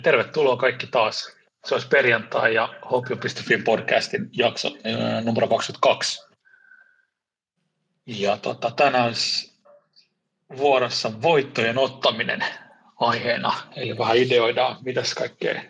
Tervetuloa kaikki taas. Se olisi perjantai ja Hopio.fi podcastin jakso numero 22. Ja tänään olisi vuorossa voittojen ottaminen aiheena. Eli vähän ideoidaan, mitäs kaikkea,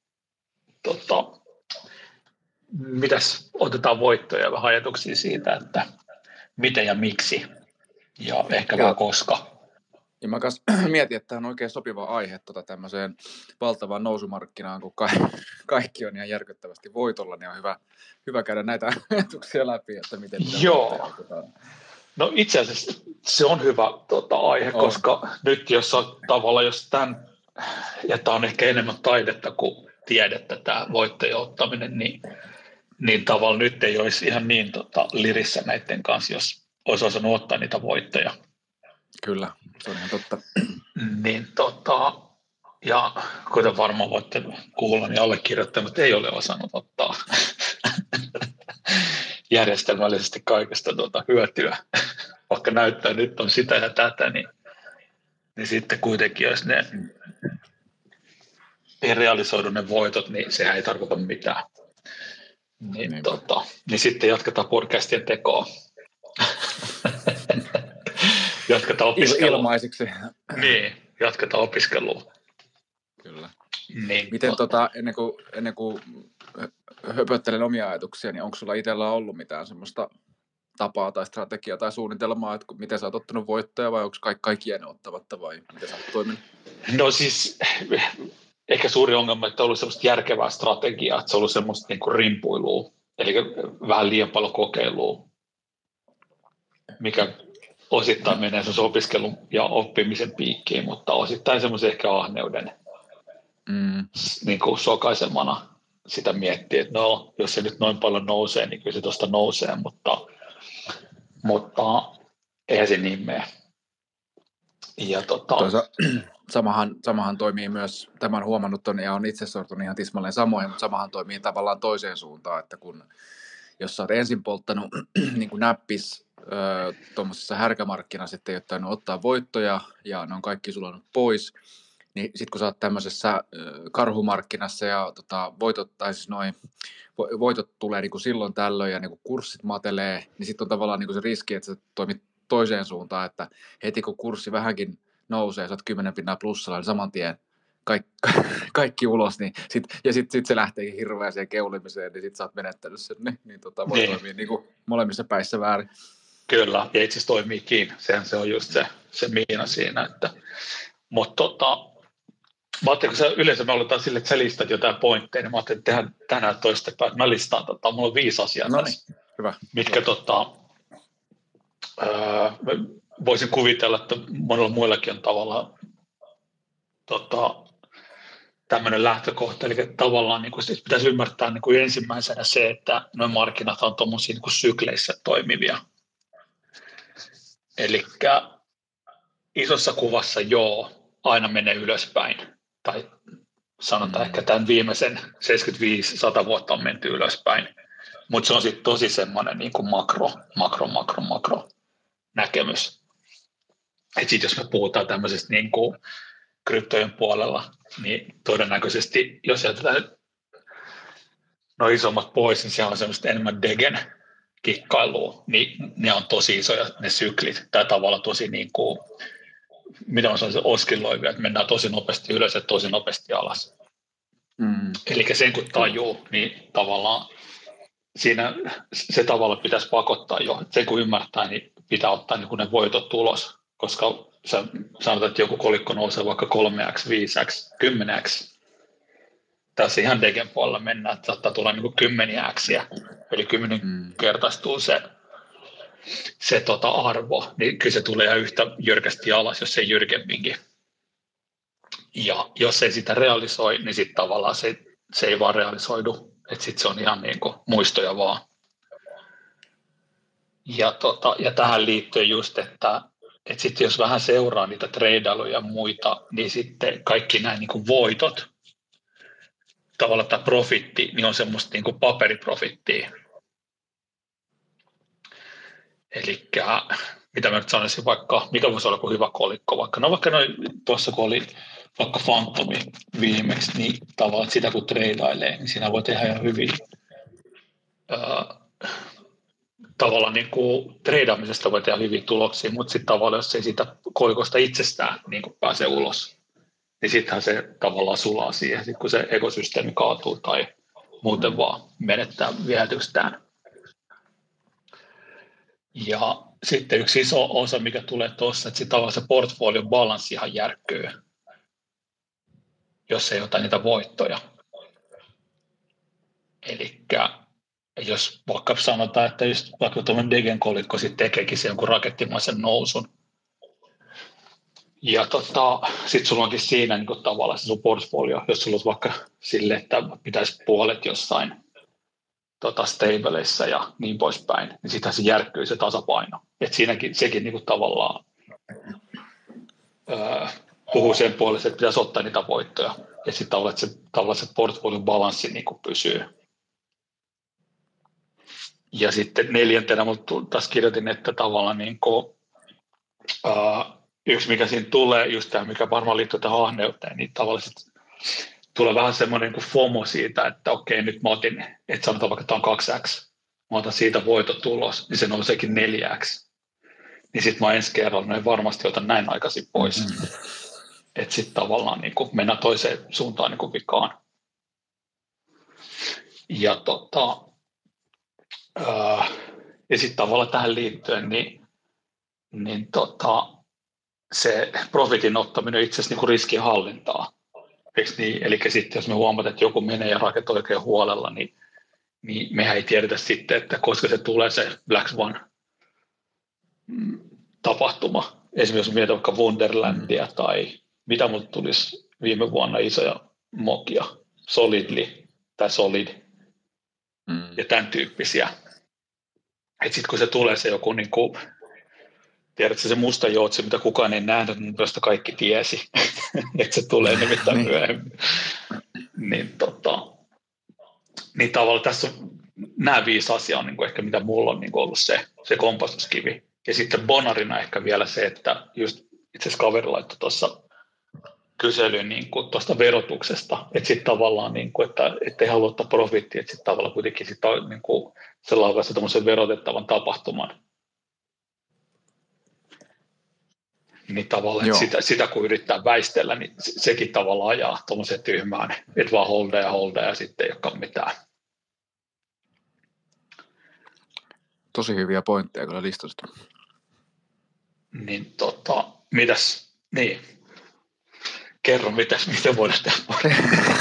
mitäs otetaan voittoja ja vähän ajatuksia siitä, että miten ja miksi ja ehkä vähän koska. Ja mä mietin, että tämä on oikein sopiva aihe tämmöiseen valtavaan nousumarkkinaan, kun kaikki on ihan järkyttävästi voitolla, niin on hyvä käydä näitä ajatuksia läpi, että miten Joo. No itse asiassa se on hyvä aihe, koska nyt jos tämän, ja tämä on ehkä enemmän taidetta kuin tiedettä tämä voittojen ottaminen, niin tavallaan nyt ei olisi ihan niin lirissä näiden kanssa, jos olisi osannut ottaa niitä voittoja. Kyllä, se on ihan totta. Niin ja kuten varmaan voitte kuulla, niin allekirjoittamat ei ole osannut ottaa järjestelmällisesti kaikesta hyötyä. Vaikka näyttää nyt on sitä ja tätä, niin sitten kuitenkin, jos ne ei realisoidu ne voitot, niin sehän ei tarkoita mitään. Niin sitten jatketaan podcastien tekoa. Jatketaan opiskelua. Ilmaiseksi. Niin, jatketaan opiskelua. Kyllä. Niin, miten ennen kuin höpöttelen omia ajatuksia, niin onko sulla itsellä ollut mitään semmoista tapaa tai strategiaa tai suunnitelmaa, että miten sä oot ottanut voittoja vai onko kaikki jäänyt ottamatta vai miten sä oot toiminut? No siis ehkä suuri ongelma, että on ollut semmoista järkevää strategiaa, että se on ollut semmoista niin kuin rimpuilua, eli vähän liian paljon kokeilua, mikä osittain menee semmoisen opiskelun ja oppimisen piikkiin, mutta osittain semmoisen ehkä ahneuden niin kuin sokaisemana sitä miettii, että no, jos se nyt noin paljon nousee, niin kyllä se tuosta nousee, mutta eihän se niin mene. Ja samahan toimii myös, tämän huomannut on ja on itse sortunut ihan tismalleen samoin, mutta samahan toimii tavallaan toiseen suuntaan, että jos sä oot ensin polttanut niin kuin näppis tuommoisessa härkämarkkinassa, ettei ole tainnut ottaa voittoja ja ne on kaikki sulanut pois, niin sitten kun sä oot tämmöisessä karhumarkkinassa ja voitot tulee niin kuin silloin tällöin ja niin kuin kurssit matelee, niin sitten on tavallaan niin kuin se riski, että sä toimit toiseen suuntaan, että heti kun kurssi vähänkin nousee, sä oot 10% plussalla, niin saman tien kaikki ulos, niin sit se lähteekin hirveäseen keulimiseen, niin sit sä oot menettänyt sen, niin voi toimia niin kuin molemmissa päissä väärin. Kyllä, ja itse asiassa toimiikin, sehän se on just se miina siinä, mutta mä ajattelin, kun yleensä me aloitetaan sille, että sä listat jotain pointteja, niin mä ajattelin, että tehdään tänään toistepäin, että mä listaan, mulla on 5 asiaa tässä, hyvä. mitkä voisin kuvitella, että monella muillakin on tavallaan tämmöinen lähtökohta, eli tavallaan niin kuin, pitäisi ymmärtää niin kuin ensimmäisenä se, että nuo markkinat on tuommoisia niin kuin sykleissä toimivia. Eli isossa kuvassa aina menee ylöspäin, tai sanotaan ehkä tämän viimeisen 75-100 vuotta on menty ylöspäin, mutta se on sitten tosi semmoinen niin kuin makro näkemys. Että sitten jos me puhutaan tämmöisestä niin kuin kryptojen puolella, niin todennäköisesti, jos jätetään nuo isommat pois, niin siellä on semmoista enemmän degen kikkailua, niin ne on tosi isoja ne syklit, tai tavallaan tosi niin kuin, mitä on sellaisia oskilloivia, että mennään tosi nopeasti ylös ja tosi nopeasti alas. Eli sen kun tajuu, niin tavallaan siinä se tavalla pitäisi pakottaa jo. Sen kun ymmärtää, niin pitää ottaa niin kuin ne voitot ulos, koska sä sanotaan, että joku kolikko nousee vaikka 3x, 5x, 10x. Tässä ihan degen puolella mennään, että saattaa tulla niin kuin 10x, eli 10-kertaistuu se arvo, niin kyllä se tulee ihan yhtä jyrkästi alas, jos ei jyrkemminkin. Ja jos ei sitä realisoi, niin sitten tavallaan se ei vaan realisoidu, että sitten se on ihan niin kuin muistoja vaan. Ja tähän liittyy just, että sitten jos vähän seuraa niitä treidailuja ja muita, niin sitten kaikki nämä niin kuin voitot, tavallaan tämä profitti, niin on semmoista niin kuin paperiprofittia. Eli mitä mä nyt sanoisin, vaikka mikä voisi olla kuin hyvä kolikko, vaikka noin tuossa kun oli vaikka Phantomi viimeksi, niin tavallaan sitä kun treidailee, niin siinä voi tehdä ihan hyvin. Tavallaan niin kuin treidaamisesta voi tehdä hyviä tuloksia, mutta sitten tavallaan jos ei siitä kolikosta itsestään niin kuin pääse ulos, niin sittenhän se tavallaan sulaa siihen, sit kun se ekosysteemi kaatuu tai muuten vaan menettää viehätystään. Ja sitten yksi iso osa, mikä tulee tuossa, että tavallaan se portfolion balanssi ihan järkkyy, jos ei ota niitä voittoja. Eli jos vaikka sanotaan, että just vaikka tuollainen Degen-kolikko sitten tekeekin sen jonkun rakettimaisen nousun, ja sitten sulla onkin siinä niin tavallaan se sun portfolio, jos sulla olisi vaikka sille, että pitäisi puolet jossain stableissa ja niin poispäin, niin sittenhän se järkkyy se tasapaino. Et siinäkin sekin niin tavallaan puhuu sen puolesta, että pitäisi ottaa niitä voittoja. Ja sitten tavallaan se portfolion balanssi niin pysyy. Ja sitten neljäntenä taas kirjoitin, että tavallaan niin kuin, yksi mikä siinä tulee, just tämä mikä varmaan liittyy tähän ahneuteen, niin tavallaan tulee vähän semmoinen niin FOMO siitä, että okei, nyt mä otin, että sanotaan vaikka tämä on 2x, mä otan siitä voitotulos, niin se nouseekin 4x. Niin sitten mä ensi kerralla en varmasti otan näin aikaisin pois. Että sitten tavallaan niin mennään toiseen suuntaan niin vikaan. Ja sitten tavallaan tähän liittyen, niin se profitin ottaminen on itse asiassa niin riskinhallintaa. Niin? Eli sitten jos me huomataan, että joku menee ja rakentoi oikein huolella, niin mehän ei tiedetä sitten, että koska se tulee se Black Swan tapahtuma. Esimerkiksi jos mietin vaikka Wonderlandia tai mitä mulle tulisi viime vuonna isoja mokia, Solidly tai Solid ja tämän tyyppisiä. Että sitten kun se tulee se joku, niin kuin, tiedätkö se musta joutsi, mitä kukaan ei nähnyt, niin josta kaikki tiesi, että se tulee nimittäin myöhemmin. Niin tavallaan tässä on nämä 5 asiaa on niin kuin ehkä mitä mulla on niin kuin ollut se kompastuskivi. Ja sitten bonarina ehkä vielä se, että just itse asiassa kaveri laittoi tuossa kyselyyn niin tuosta verotuksesta, että sitten tavallaan, niin kuin, että ei halua ottaa profittia, että sitten tavallaan kuitenkin sit on, niin kuin, se laukaisi tämmöisen verotettavan tapahtuman. Niin tavallaan, että sitä kun yrittää väistellä, niin sekin tavallaan ajaa tuommoiseen tyhmään, että vaan holdeja ja sitten ei olekaan mitään. Tosi hyviä pointteja kyllä listasta. Niin mitäs, niin, kerro miten voidaan tehdä.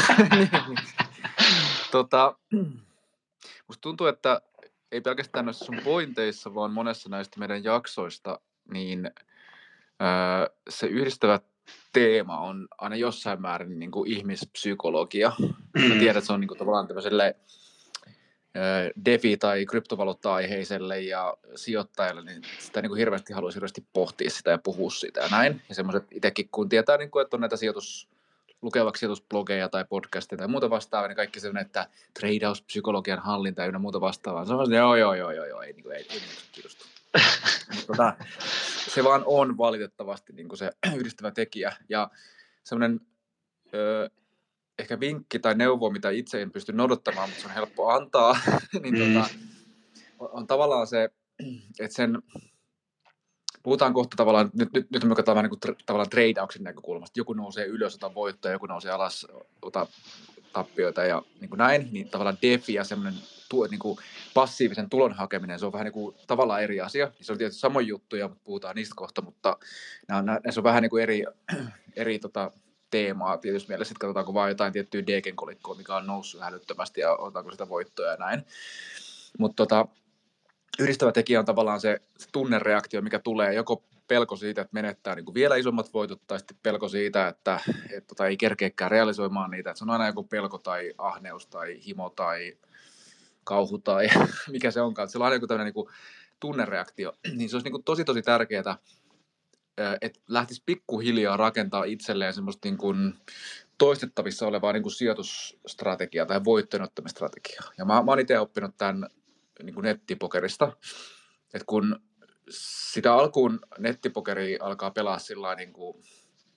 Musta tuntuu, että ei pelkästään näissä sun pointeissa, vaan monessa näistä meidän jaksoista, niin se yhdistävä teema on aina jossain määrin niin kuin ihmispsykologia. Mä tiedän, että se on niin kuin tavallaan tämmöiselle DeFi- tai kryptovaluutta-aiheiselle ja sijoittajalle, niin sitä niin kuin hirveästi haluaisi pohtia sitä ja puhua sitä ja näin. Ja semmoiset itsekin, kun tietää, niin kuin, että on näitä lukevaksi sijoitusblogeja tai podcasteja tai muuta vastaavaa, niin kaikki sellainen, että treidauspsykologian hallinta ja muuta vastaavaa. Se on joo, ei kiinnosta. Mutta se vaan on valitettavasti niin kuin se yhdistävä tekijä. Ja semmoinen ehkä vinkki tai neuvo, mitä itse en pysty noudattamaan, mutta se on helppo antaa, niin on tavallaan se, että sen puhutaan kohta tavallaan, nyt me katsotaan niin tavallaan treidauksen näkökulmasta. Joku nousee ylös, ota voittoja, joku nousee alas, ota tappioita ja niin kuin näin. Niin tavallaan DeFi ja semmoinen niin kuin passiivisen tulon hakeminen, se on vähän niin kuin tavallaan eri asia. Se on tietysti samoja juttuja, mutta puhutaan niistä kohta, mutta se on vähän niin kuin eri teemaa tietysti mielessä, että katsotaanko vaan jotain tiettyä Degen-kolikkoa, mikä on noussut hälyttömästi ja otetaanko sitä voittoja ja näin. Mutta yhdistävä tekijä on tavallaan se tunnereaktio, mikä tulee joko pelko siitä, että menettää niin kuin vielä isommat voitot, tai sitten pelko siitä, että ei kerkeäkään realisoimaan niitä. Että se on aina joku pelko tai ahneus tai himo tai kauhu tai mikä se onkaan. Että se on aina joku tämmöinen niin kuin tunnereaktio. Niin se olisi niin kuin tosi tärkeää, että lähtisi pikkuhiljaa rakentaa itselleen semmoista niin kuin toistettavissa olevaa niin kuin sijoitusstrategiaa tai voittojen ottamistrategiaa. Ja mä oon itse oppinut tämän niin kuin nettipokerista, että kun sitä alkuun nettipokeria alkaa pelaa sillä niin kuin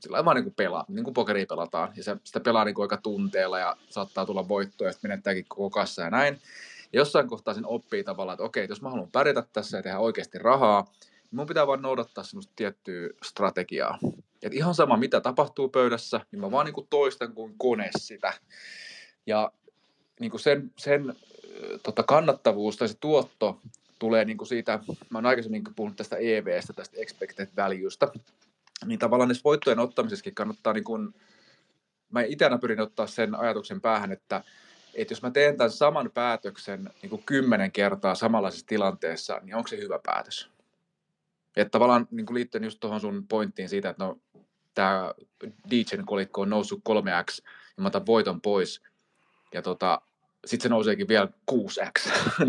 sillä vaan niin kuin pelaa, niin kuin pokeria pelataan. Ja sitä pelaa niin kuin aika tunteella ja saattaa tulla voittoja ja sitten menettääkin koko kassa ja näin. Ja jossain kohtaa sen oppii tavallaan, että okei, jos mä haluan pärjätä tässä ja tehdä oikeasti rahaa, niin mun pitää vaan noudattaa semmoista tiettyä strategiaa. Et ihan sama, mitä tapahtuu pöydässä, niin mä vaan niin kuin toistan kuin kone sitä. Ja niin kuin sen kannattavuus tai se tuotto tulee niin kuin siitä, mä oon aikaisemmin puhunut tästä EVstä, tästä expected valuesta, niin tavallaan niissä voittojen ottamisessakin kannattaa, niin kuin, mä itse pyrin ottaa sen ajatuksen päähän, että jos mä teen tämän saman päätöksen niin kuin 10 kertaa samanlaisessa tilanteessa, niin onko se hyvä päätös? Että tavallaan niin kuin liittyen just tuohon sun pointtiin siitä, että no, tämä DJ:n kolikko on noussut 3x, ja mä otan voiton pois, ja sitten se nouseekin vielä 6x,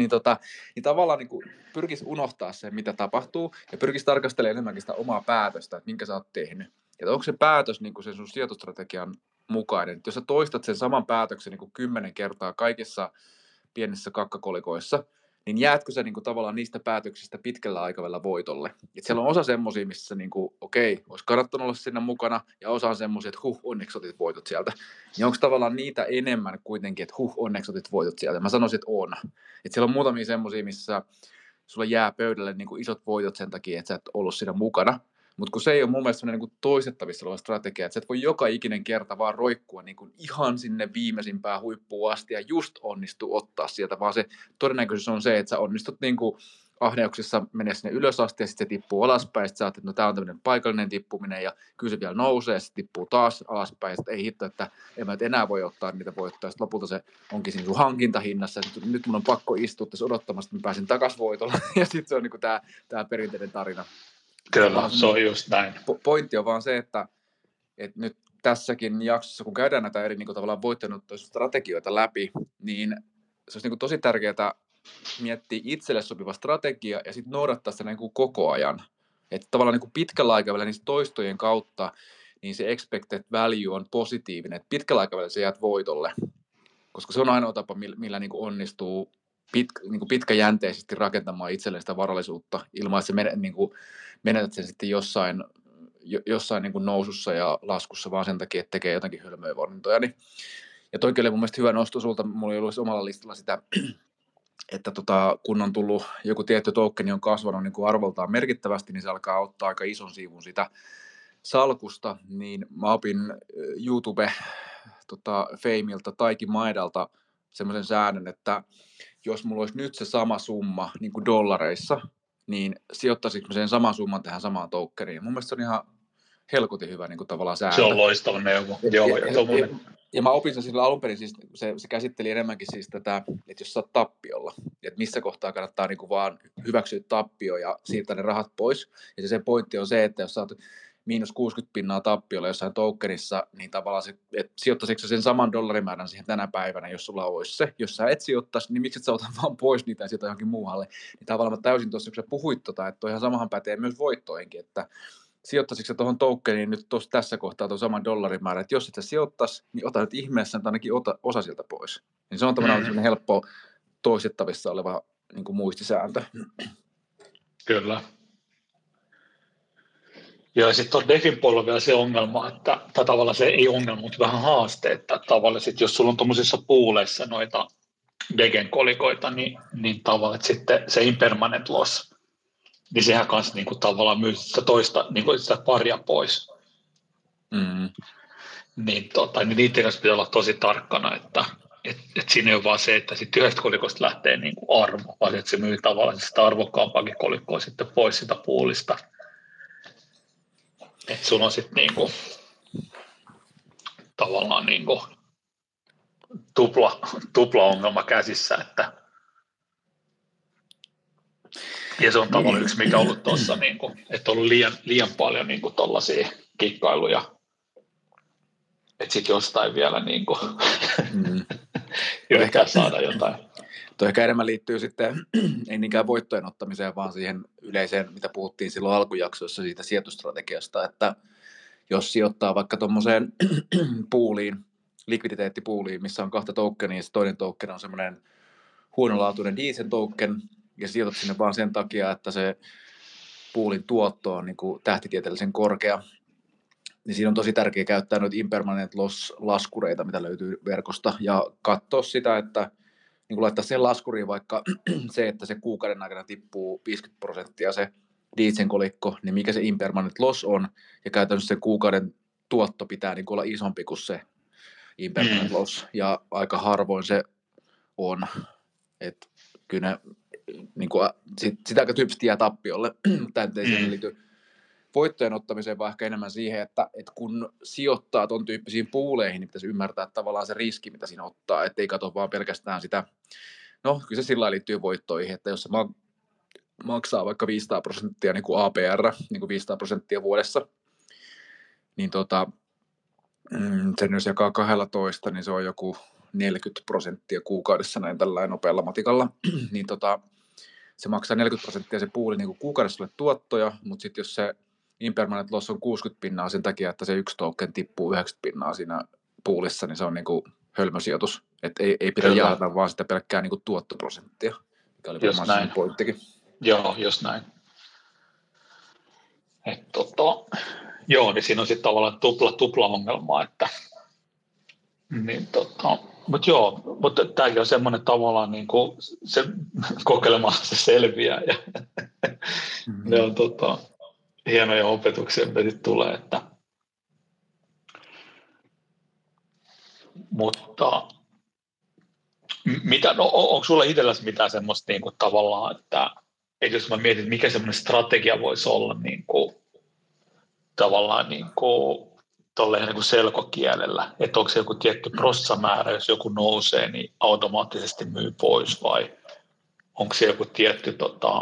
niin tavallaan niin pyrkisi unohtaa sen, mitä tapahtuu, ja pyrkisi tarkastelemaan enemmänkin sitä omaa päätöstä, että minkä sä oot tehnyt. Ja onko se päätös niin sen sun sijoitustrategian mukainen. Että jos sä toistat sen saman päätöksen niin 10 kertaa kaikissa pienissä kakkakolikoissa, niin jäätkö sä niin kuin tavallaan niistä päätöksistä pitkällä aikavälillä voitolle? Et siellä on osa semmoisia, missä niin kuin, okei, olisi kannattanut olla siinä mukana, ja osa on semmoisia, että onneksi otit voitot sieltä. Niin onko tavallaan niitä enemmän kuitenkin, että onneksi otit voitot sieltä? Mä sanoisin, että on. Et siellä on muutamia semmoisia, missä sulla jää pöydälle niin kuin isot voitot sen takia, että sä et ollut siinä mukana. Mutta kun se ei ole mun mielestä niin kuin toistettavissa oleva strategia, että sä et voi joka ikinen kerta vaan roikkua niin kuin ihan sinne viimeisimpään huippuun asti ja just onnistuu ottaa sieltä, vaan se todennäköisyys on se, että sä onnistut niin kuin ahneuksissa menee sinne ylös asti ja sitten se tippuu alaspäin, ja sitten sä ajattelet, että no tää on tämmöinen paikallinen tippuminen ja kyllä se vielä nousee ja sitten tippuu taas alaspäin ja sitten ei hitto, että en mä nyt enää voi ottaa niitä voittoja, sitten lopulta se onkin siinä sun hankintahinnassa, että nyt mun on pakko istua tässä odottamassa, että mä pääsin takaisin voitolla ja sitten se on niin kuin tää perinteinen tarina. Kyllä, se on just näin. Pointti on vaan se, että nyt tässäkin jaksossa, kun käydään näitä eri niin kuin tavallaan voittostrategioita läpi, niin se olisi niin kuin tosi tärkeää miettiä itselle sopiva strategia ja sitten noudattaa sitä niin kuin koko ajan. Että tavallaan niin kuin pitkällä aikavälillä niistä toistojen kautta niin se expected value on positiivinen. Että pitkällä aikavälillä se jäät voitolle, koska se on ainoa tapa, millä niin kuin onnistuu niin kuin pitkäjänteisesti rakentamaan itselleen sitä varallisuutta ilman, että se menetät sen sitten jossain niin kuin nousussa ja laskussa vaan sen takia, että tekee jotakin hölmöjä valintoja. Ja toikin oli mun mielestä hyvä nosto sulta. Mulla ei ollut omalla listalla sitä, että kun on tullut joku tietty tokeni on kasvanut niin kuin arvoltaan merkittävästi, niin se alkaa ottaa aika ison siivun sitä salkusta. Niin mä opin YouTube-feimiltä Taiki Maidalta semmoisen säännön, että jos mulla olisi nyt se sama summa niin kuin dollareissa, niin sijoittaisinko sen saman summan tähän samaan tokeniin. Mun mielestä se on ihan helkutin hyvä niin kuin tavallaan sääntö. Se on loistava neuvo. Ja mä opin sen silloin alun perin, siis se käsitteli enemmänkin siis tätä, että jos sä oot tappiolla, että missä kohtaa kannattaa niin kuin vaan hyväksyä tappio ja siirtää ne rahat pois. Ja se pointti on se, että jos sä oot -60% tappiolla jossain tokenissa, niin tavallaan se, että sijoittaisitko sen saman dollarimäärän siihen tänä päivänä, jos sulla olisi se. Jos sä et sijoittaisi, niin miksi et sä otat vaan pois niitä ja sijoita johonkin muualle. Niin tavallaan mä täysin tuossa, kun sä puhuit että ihan samahan pätee myös voittoihinkin, että sijoittaisitko sä tuohon tokeniin nyt tässä kohtaa tuon saman dollarimäärän, että jos et sä sijoittaisi, niin ota nyt ihmeessä, että ainakin osa sieltä pois. Niin se on tavallaan helppo toistettavissa oleva niin kuin muistisääntö. Kyllä. Ja sitten on DeFin puolella vielä se ongelma, tai tavallaan se ei ongelma, mutta vähän haaste, että tavallaan sit, jos sulla on tuommoisissa puuleissa noita Degen kolikoita, niin tavallaan sitten se impermanent loss, niin sehän kanssa niin kuin, tavallaan myy sitä toista, niin kuin sitä paria pois. Niin niiden kanssa pitää olla tosi tarkkana, että siinä ei ole vaan se, että sitten yhdestä kolikosta lähtee niin kuin arvo, vaan että se myy tavallaan sitä arvokkaampaakin kolikkoa sitten pois sitä puulista. Että sulla on sitten niinku, tavallaan niinku, tupla ongelma käsissä. Ja se on tavallaan yksi, mikä on ollut tuossa, niinku, että on ollut liian paljon niinku, tuollaisia kikkailuja. Että sitten jostain vielä niinku, yrittää saada jotain. Tuo ehkä enemmän liittyy sitten, ei niinkään voittojen ottamiseen, vaan siihen yleiseen, mitä puhuttiin silloin alkujaksossa siitä sijoitustrategiasta, että jos sijoittaa vaikka tuommoiseen puuliin, likviditeettipuuliin, missä on 2 tokenia, ja se toinen token on semmoinen huonolaatuinen decent token, ja sijoitat sinne vaan sen takia, että se puulin tuotto on niin kuin tähtitieteellisen korkea, niin siinä on tosi tärkeää käyttää noita impermanent loss-laskureita, mitä löytyy verkosta, ja katsoa sitä, että niin laittaa sen laskuriin vaikka se, että se kuukauden aikana tippuu 50% se Dietsen kolikko, niin mikä se impermanent loss on, ja käytännössä se kuukauden tuotto pitää niin olla isompi kuin se impermanent loss, ja aika harvoin se on. Että kyllä ne, niin kuin, sitä aika tyyppisesti jää tappiolle, mutta ei siihen liity voittojen ottamiseen, vaan ehkä enemmän siihen, että kun sijoittaa ton tyyppisiin puuleihin, niin pitäisi ymmärtää tavallaan se riski, mitä siinä ottaa, ettei katso vaan pelkästään sitä, no kyllä se sillä liittyy voittoihin, että jos se maksaa vaikka 500% niin kuin APR, niin kuin 500% vuodessa, niin sen jos jakaa 12, niin se on joku 40% kuukaudessa näin tällainen nopealla matikalla, niin se maksaa 40% se puuli niin kuin kuukaudessa sulle tuottoja, mutta sitten jos se impermanent loss on 60% sen takia, että se yksi token tippuu 90% siinä puulissa, niin se on niin kuin hölmösijoitus. Että ei pidä jahdata vaan sitä pelkkää niin kuin tuottoprosenttia, mikä oli varmaan sen pointtikin. Joo, just näin. Joo, niin siinä on sitten tavallaan tupla ongelma, että niin mutta tämäkin on semmoinen tavallaan niin kuin se kokeilemalla se selviää ja ne on hienoja opetuksia, mitä sitten tulee, että mutta onko sulla itselläsi mitään semmoista niin kuin tavallaan, että jos mä mietin, mikä semmoinen strategia voisi olla niin kuin tavallaan niin kuin tolleen niin kuin selkokielellä, että onko se joku tietty prossamäärä, jos joku nousee, niin automaattisesti myy pois, vai onko se joku tietty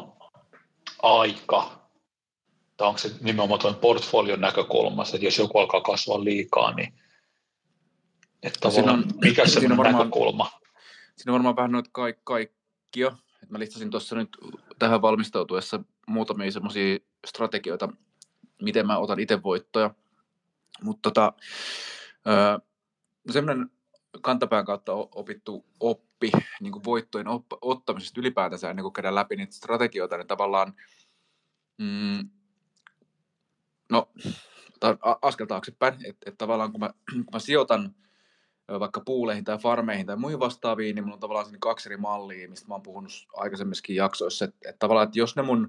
aika, tai onko se nimenomaan tuon portfolion näkökulmassa, että jos joku alkaa kasvaa liikaa, niin että mikä on semmoinen näkökulma? Siinä on varmaan vähän noita kaikkia. Mä listasin tuossa nyt tähän valmistautuessa muutamia semmoisia strategioita, miten mä otan itse voittoja. Mutta semmoinen kantapään kautta opittu oppi niin kuin voittojen ottamisesta ylipäätänsä ennen kuin käydään läpi niitä strategioita, niin tavallaan askel taaksepäin, että tavallaan kun mä sijoitan vaikka puuleihin tai farmeihin tai muihin vastaaviin, niin mulla on tavallaan siinä 2 eri mallia, mistä mä oon puhunut aikaisemmissakin jaksoissa, että tavallaan, että jos ne mun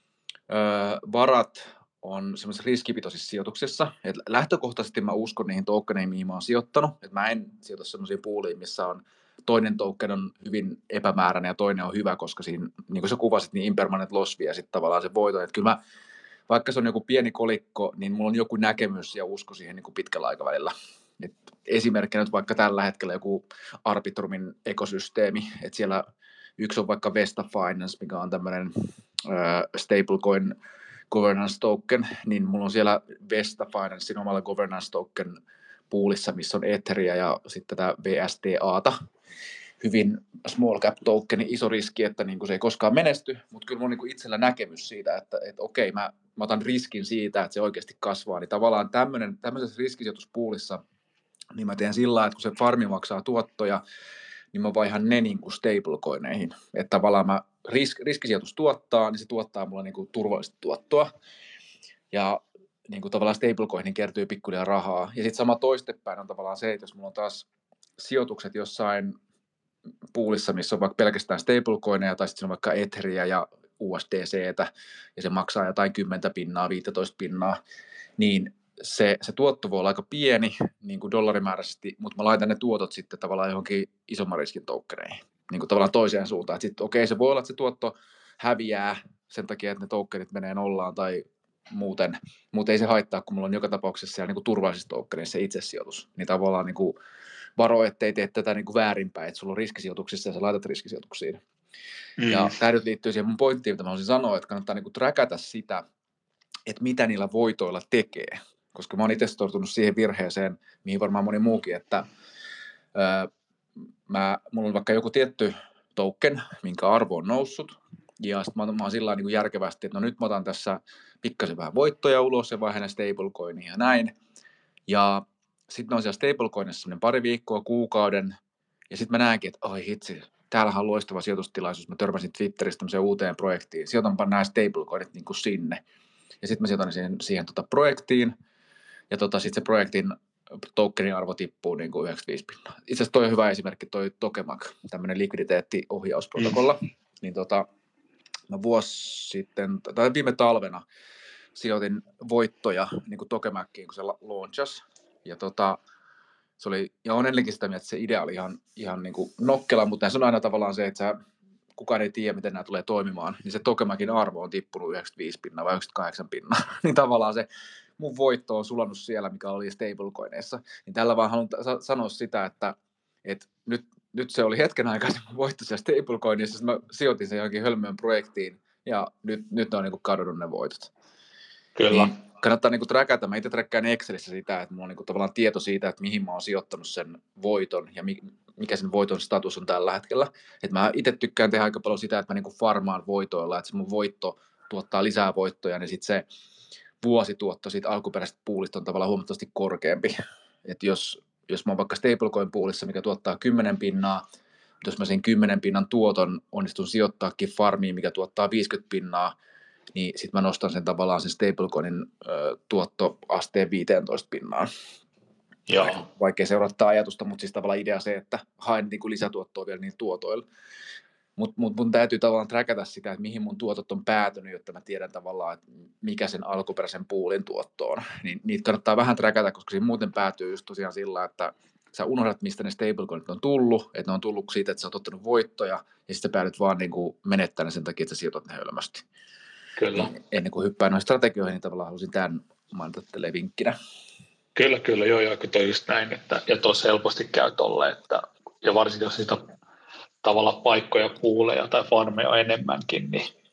varat on semmoisessa riskipitoisissa sijoituksissa, että lähtökohtaisesti mä uskon niihin tokeneihin, mihin mä oon sijoittanut, että mä en sijoita semmoisiin puuliin, missä on toinen token on hyvin epämääräinen ja toinen on hyvä, koska siinä, niin kuin sä kuvasit, niin impermanent loss vie sitten tavallaan se voiton, että kyllä mä, vaikka se on joku pieni kolikko, niin mulla on joku näkemys ja usko siihen niin kuin pitkällä aikavälillä. Et esimerkkinä nyt vaikka tällä hetkellä joku Arbitrumin ekosysteemi, että siellä yksi on vaikka Vesta Finance, mikä on tämmöinen stablecoin governance token, niin mulla on siellä Vesta Financein omalla governance token poolissa, missä on Etheria ja sitten tätä VSTAta. Hyvin small cap tokeni, iso riski, että niin kuin se ei koskaan menesty, mutta kyllä mulla on niin kuin itsellä näkemys siitä, että okei, mä otan riskin siitä, että se oikeasti kasvaa, niin tavallaan tämmöisessä riskisijoituspoolissa, niin mä teen sillä lailla, että kun se farmi maksaa tuottoja, niin mä vaihan ne niin kuin stablecoineihin. Että tavallaan mä riskisijoitus tuottaa, niin se tuottaa mulle niin kuin turvallista tuottoa. Ja niin kuin tavallaan stablecoiniin kertyy pikkuhiljaa rahaa. Ja sitten sama toistepäin on tavallaan se, että jos mulla on taas sijoitukset jossain poolissa, missä on vaikka pelkästään stablecoineja, tai sitten on vaikka Etheria ja USDCtä, ja se maksaa jotain 10%, 15%, niin se tuotto voi olla aika pieni niin kuin dollarimääräisesti, mutta mä laitan ne tuotot sitten tavallaan johonkin isomman riskin tokeneihin, niin kuin tavallaan toiseen suuntaan. Että sitten okei, se voi olla, että se tuotto häviää sen takia, että ne tokenit menee nollaan tai muuten, mutta ei se haittaa, kun mulla on joka tapauksessa siellä niin kuin turvallisissa tokeneissa se itsesijoitus. Niin tavallaan niin kuin varo, ettei tee tätä niin kuin väärinpäin, että sulla on riskisijoituksissa ja sä laitat riskisijoituksiin. Ja tämä nyt liittyy siihen mun pointtiin, mitä mä haluaisin sanoa, että kannattaa niin kuin träkätä sitä, että mitä niillä voitoilla tekee. Koska mä oon itse sortunut siihen virheeseen, mihin varmaan moni muukin, että mulla on vaikka joku tietty token, minkä arvo on noussut, ja sitten mä oon sillä niin kuin järkevästi, että no nyt mä otan tässä pikkasen vähän voittoja ulos ja vaihdan stablecoiniin ja näin. Ja sitten on siellä stablecoinissa semmoinen pari viikkoa, kuukauden, ja sitten mä näenkin, että oi hitsi, täällähän on loistava sijoitustilaisuus. Mä törmäsin Twitterissä tämmöiseen uuteen projektiin. Sijoitanpa nämä stablecoinit niin kuin sinne. Ja sitten mä sijoitan siihen projektiin. sitten se projektin tokenin arvo tippuu niin kuin 95 pinnaa. Itse asiassa toi on hyvä esimerkki, toi Tokemak, tämmöinen likviditeettiohjausprotokolla. Niin mä vuosi sitten, tai viime talvena sijoitin voittoja niin kuin Tokemakiin, kun se launchasi. Ja se oli, ja on edelleenkin sitä mieltä, että se idea oli ihan niin kuin nokkela, mutta se on aina tavallaan se, että kukaan ei tiedä, miten nämä tulee toimimaan, niin se Tokemakin arvo on tippunut 95 pinnaa vai 98 pinnaa. Niin tavallaan se mun voitto on sulannut siellä, mikä oli stablecoineissa. Niin tällä vaan haluan sanoa sitä, että nyt se oli hetken aikaa se mun voitto siellä stablecoinissa, mä sijoitin sen johonkin hölmöön projektiin, ja nyt ne on niin kuin kadonnut ne voitot. Kyllä. Niin kannattaa niin kuin trackata. Mä itse trackkaan Excelissä sitä, että mulla on niin kuin tavallaan tieto siitä, että mihin mä oon sijoittanut sen voiton ja mikä sen voiton status on tällä hetkellä. Et mä itse tykkään tehdä aika paljon sitä, että mä niin kuin farmaan voitoilla, että se mun voitto tuottaa lisää voittoja, niin sitten se vuosituotto siitä alkuperäisestä poolista on tavallaan huomattavasti korkeampi. Että jos mä oon vaikka stablecoin poolissa, mikä tuottaa 10 pinnaa, jos mä sen 10 pinnan tuoton onnistun sijoittaakin farmiin, mikä tuottaa 50 pinnaa, niin sitten mä nostan sen tavallaan sen stablecoinin tuottoasteen 15 pinnaan. Joo. Vaikea seurata ajatusta, mutta siis tavallaan idea se, että haen niin kuin lisätuottoa vielä niin tuotoilla. Mutta mun täytyy tavallaan trackata sitä, että mihin mun tuotot on päätynyt, jotta mä tiedän tavallaan, että mikä sen alkuperäisen poolin tuotto on. Niin niitä kannattaa vähän trackata, koska siinä muuten päätyy just tosiaan sillä, että sä unohdat, mistä ne stablecoinit on tullut, että ne on tullut siitä, että sä oot ottanut voittoja, ja sitten sä päädyt vaan niin kuin menettämään sen takia, että sä sijoitat ne hölmästi. Kyllä. Ennen kuin hyppään noihin strategioihin, niin tavallaan halusin tämän mainita teille vinkkinä. Kyllä, joo, kun toi just näin, että, ja tuossa helposti käy tolle, että, ja varsinkin jos sitä tavallaan paikkoja, puuleja tai farmeja on enemmänkin,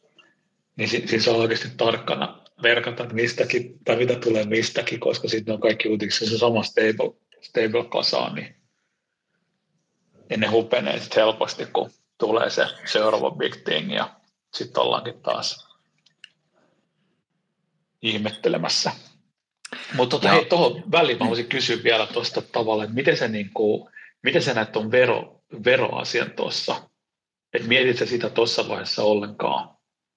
niin siis on oikeasti tarkkana verkata mistäkin, tai mitä tulee mistäkin, koska sitten on kaikki uutiksi se sama stable kasaan, niin ne hupenee sitten helposti, kun tulee se seuraava big thing, ja sitten ollaankin taas ihmettelemässä. Mutta hei, tuohon väliin mä haluaisin kysyä vielä tuosta tavalla, että miten sä näet tuon veroasian tuossa? Että mietit sä sitä tuossa vaiheessa ollenkaan?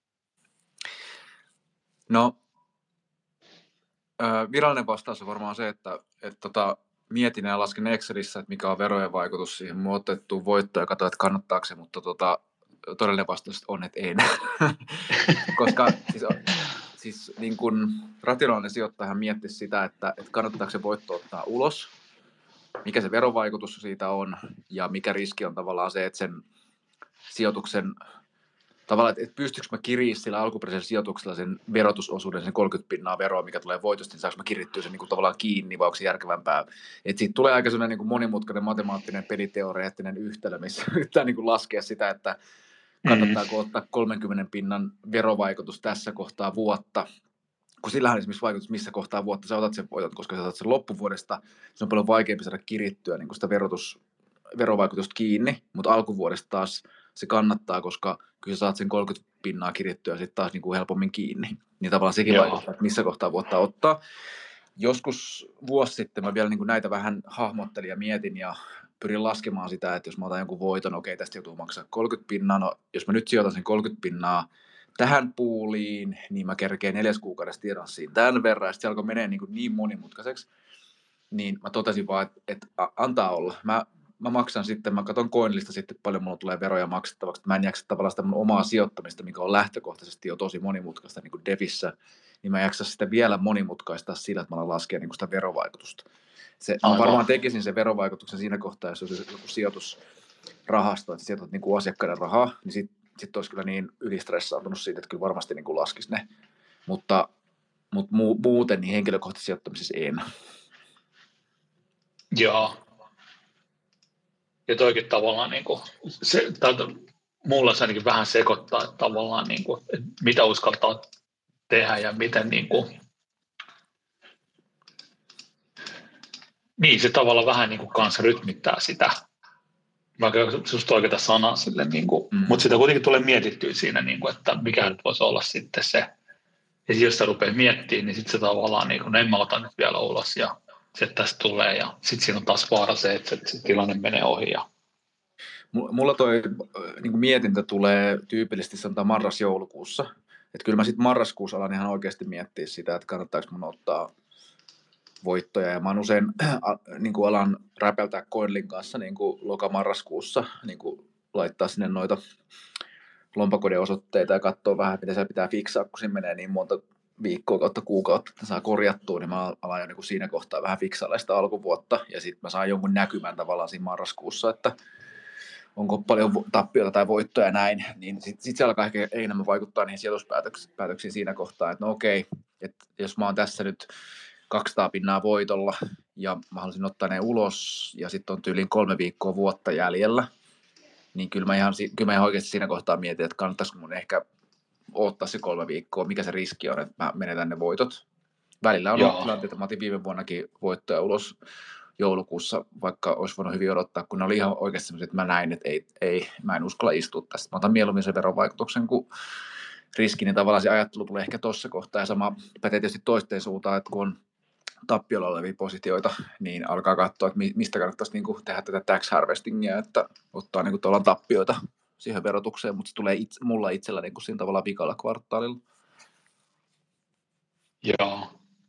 No, virallinen vastaus on varmaan se, että mietin ja lasken Excelissä, että mikä on verojen vaikutus siihen mun otettuun voittoon ja katsoin, että kannattaako se, mutta todellinen vastaus on, että en. Koska siis niin kun rationaalinen sijoittajahan miettisi sitä, että kannattaako se voitto ottaa ulos, mikä se verovaikutus siitä on ja mikä riski on tavallaan se, että sen sijoituksen tavallaan, että pystyykö mä kiriä sillä alkuperäisellä sijoituksella sen verotusosuuden, sen 30 pinnaa veroa, mikä tulee voitosta, niin saanko mä kirittyä sen niin kuin tavallaan kiinni, vai onko se järkevämpää. Että siitä tulee aika sellainen niin kuin monimutkainen matemaattinen peliteoreettinen yhtälö, missä yrittää niin kuin laskea sitä, että kannattaako ottaa 30 pinnan verovaikutus tässä kohtaa vuotta, kun sillähän on esimerkiksi vaikutus, missä kohtaa vuotta sä otat sen voitot, koska sä otat sen loppuvuodesta, se on paljon vaikeampi saada kirittyä niin kuin sitä verovaikutusta kiinni, mutta alkuvuodesta taas se kannattaa, koska kyllä sä saat sen 30 pinnaa kirittyä sitten taas niin kuin helpommin kiinni. Niin tavallaan sekin vaikuttaa, että missä kohtaa vuotta ottaa. Joskus vuosi sitten mä vielä niin kuin näitä vähän hahmottelin ja mietin ja pyrin laskemaan sitä, että jos mä otan jonkun voiton, okei, tästä joutuu maksaa 30 pinnaa, no jos mä nyt sijoitan sen 30 pinnaa tähän puuliin, niin mä kerkeen 4 kuukaudessa tiedon siinä tämän verran, ja sitten se alkoi menee niin monimutkaiseksi, niin mä totesin vaan, että antaa olla. Mä maksan sitten, mä katson Coinlista sitten paljon mulla tulee veroja maksettavaksi, mä en jaksa tavallaan sitä mun omaa sijoittamista, mikä on lähtökohtaisesti jo tosi monimutkaista niin kuin Devissä, niin mä jaksa sitä vielä monimutkaistaa sillä, että mä alan laskea niin kuin sitä verovaikutusta. Mä varmaan tekisin sen verovaikutuksen siinä kohtaa, jos olisi joku sijoitusrahasto, että sijoitat niin kuin asiakkaiden rahaa, niin sitten olisi kyllä niin ylistressaantunut siitä, että kyllä varmasti niin kuin laskisi ne. Mutta muuten niin henkilökohtaisessa sijoittamisessa en. Joo. Ja toikin tavallaan, niin kuin, mulla se ainakin vähän sekoittaa, että tavallaan, niin kuin, että mitä uskaltaa tehdä ja miten niin se tavallaan vähän niin kuin kanssa rytmittää sitä. Vaikka susta oikeita sanaa sille, niin kuin, mutta sitä kuitenkin tulee mietittyä siinä, niin kuin, että mikä nyt voisi olla sitten se. Ja jos sä rupeaa miettimään, niin sitten se tavallaan, niin kuin, en mä ota nyt vielä ulos ja se tästä tulee ja sitten siinä on taas vaara se, että se tilanne menee ohi. Ja mulla toi niin mietintä tulee tyypillisesti sanotaan marras-joulukuussa. Että kyllä mä sitten marraskuussa alan ihan oikeasti miettiä sitä, että kannattaako mun ottaa voittoja, ja mä oon usein niin kuin alan räpeltää Coinlin kanssa niin kuin lokamarraskuussa, niin kuin laittaa sinne noita lompakoiden osoitteita ja katsoa vähän, mitä siellä pitää fiksaa, kun siinä menee niin monta viikkoa kautta kuukautta, että saa korjattua, niin mä alan jo niin kuin siinä kohtaa vähän fiksailla sitä alkuvuotta, ja sitten mä saan jonkun näkymän tavallaan siinä marraskuussa, että onko paljon tappioita tai voittoja ja näin, niin sitten se alkaa ehkä enemmän vaikuttaa niihin sijoituspäätöksiin siinä kohtaa, että no okei, että jos mä oon tässä nyt 200 pinnaa voitolla ja mä haluaisin ottaa ne ulos ja sitten on tyyliin 3 viikkoa vuotta jäljellä, niin kyllä mä ihan oikeasti siinä kohtaa mietin, että kannattaisiko mun ehkä odottaa se 3 viikkoa, mikä se riski on, että mä menetän ne voitot. Välillä on ollut tilanteita, että mä otin viime vuonnakin voittoja ulos joulukuussa, vaikka olisi voinut hyvin odottaa, kun ne oli ihan oikeasti sellaiset, että mä näin, että mä en uskalla istua tästä. Mä otan mieluummin sen verovaikutuksen kuin riski, niin tavallaan se ajattelu tulee ehkä tuossa kohtaa, ja sama pätee tietysti toisteen suuntaan, että kun on tappiolla olevia positioita, niin alkaa katsoa, että mistä kannattaisi niin kuin tehdä tätä tax harvestingia, että ottaa niin kuin tappioita siihen verotukseen, mutta se tulee mulla itsellä niin kuin siinä tavallaan vikalla kvartaalilla. Joo.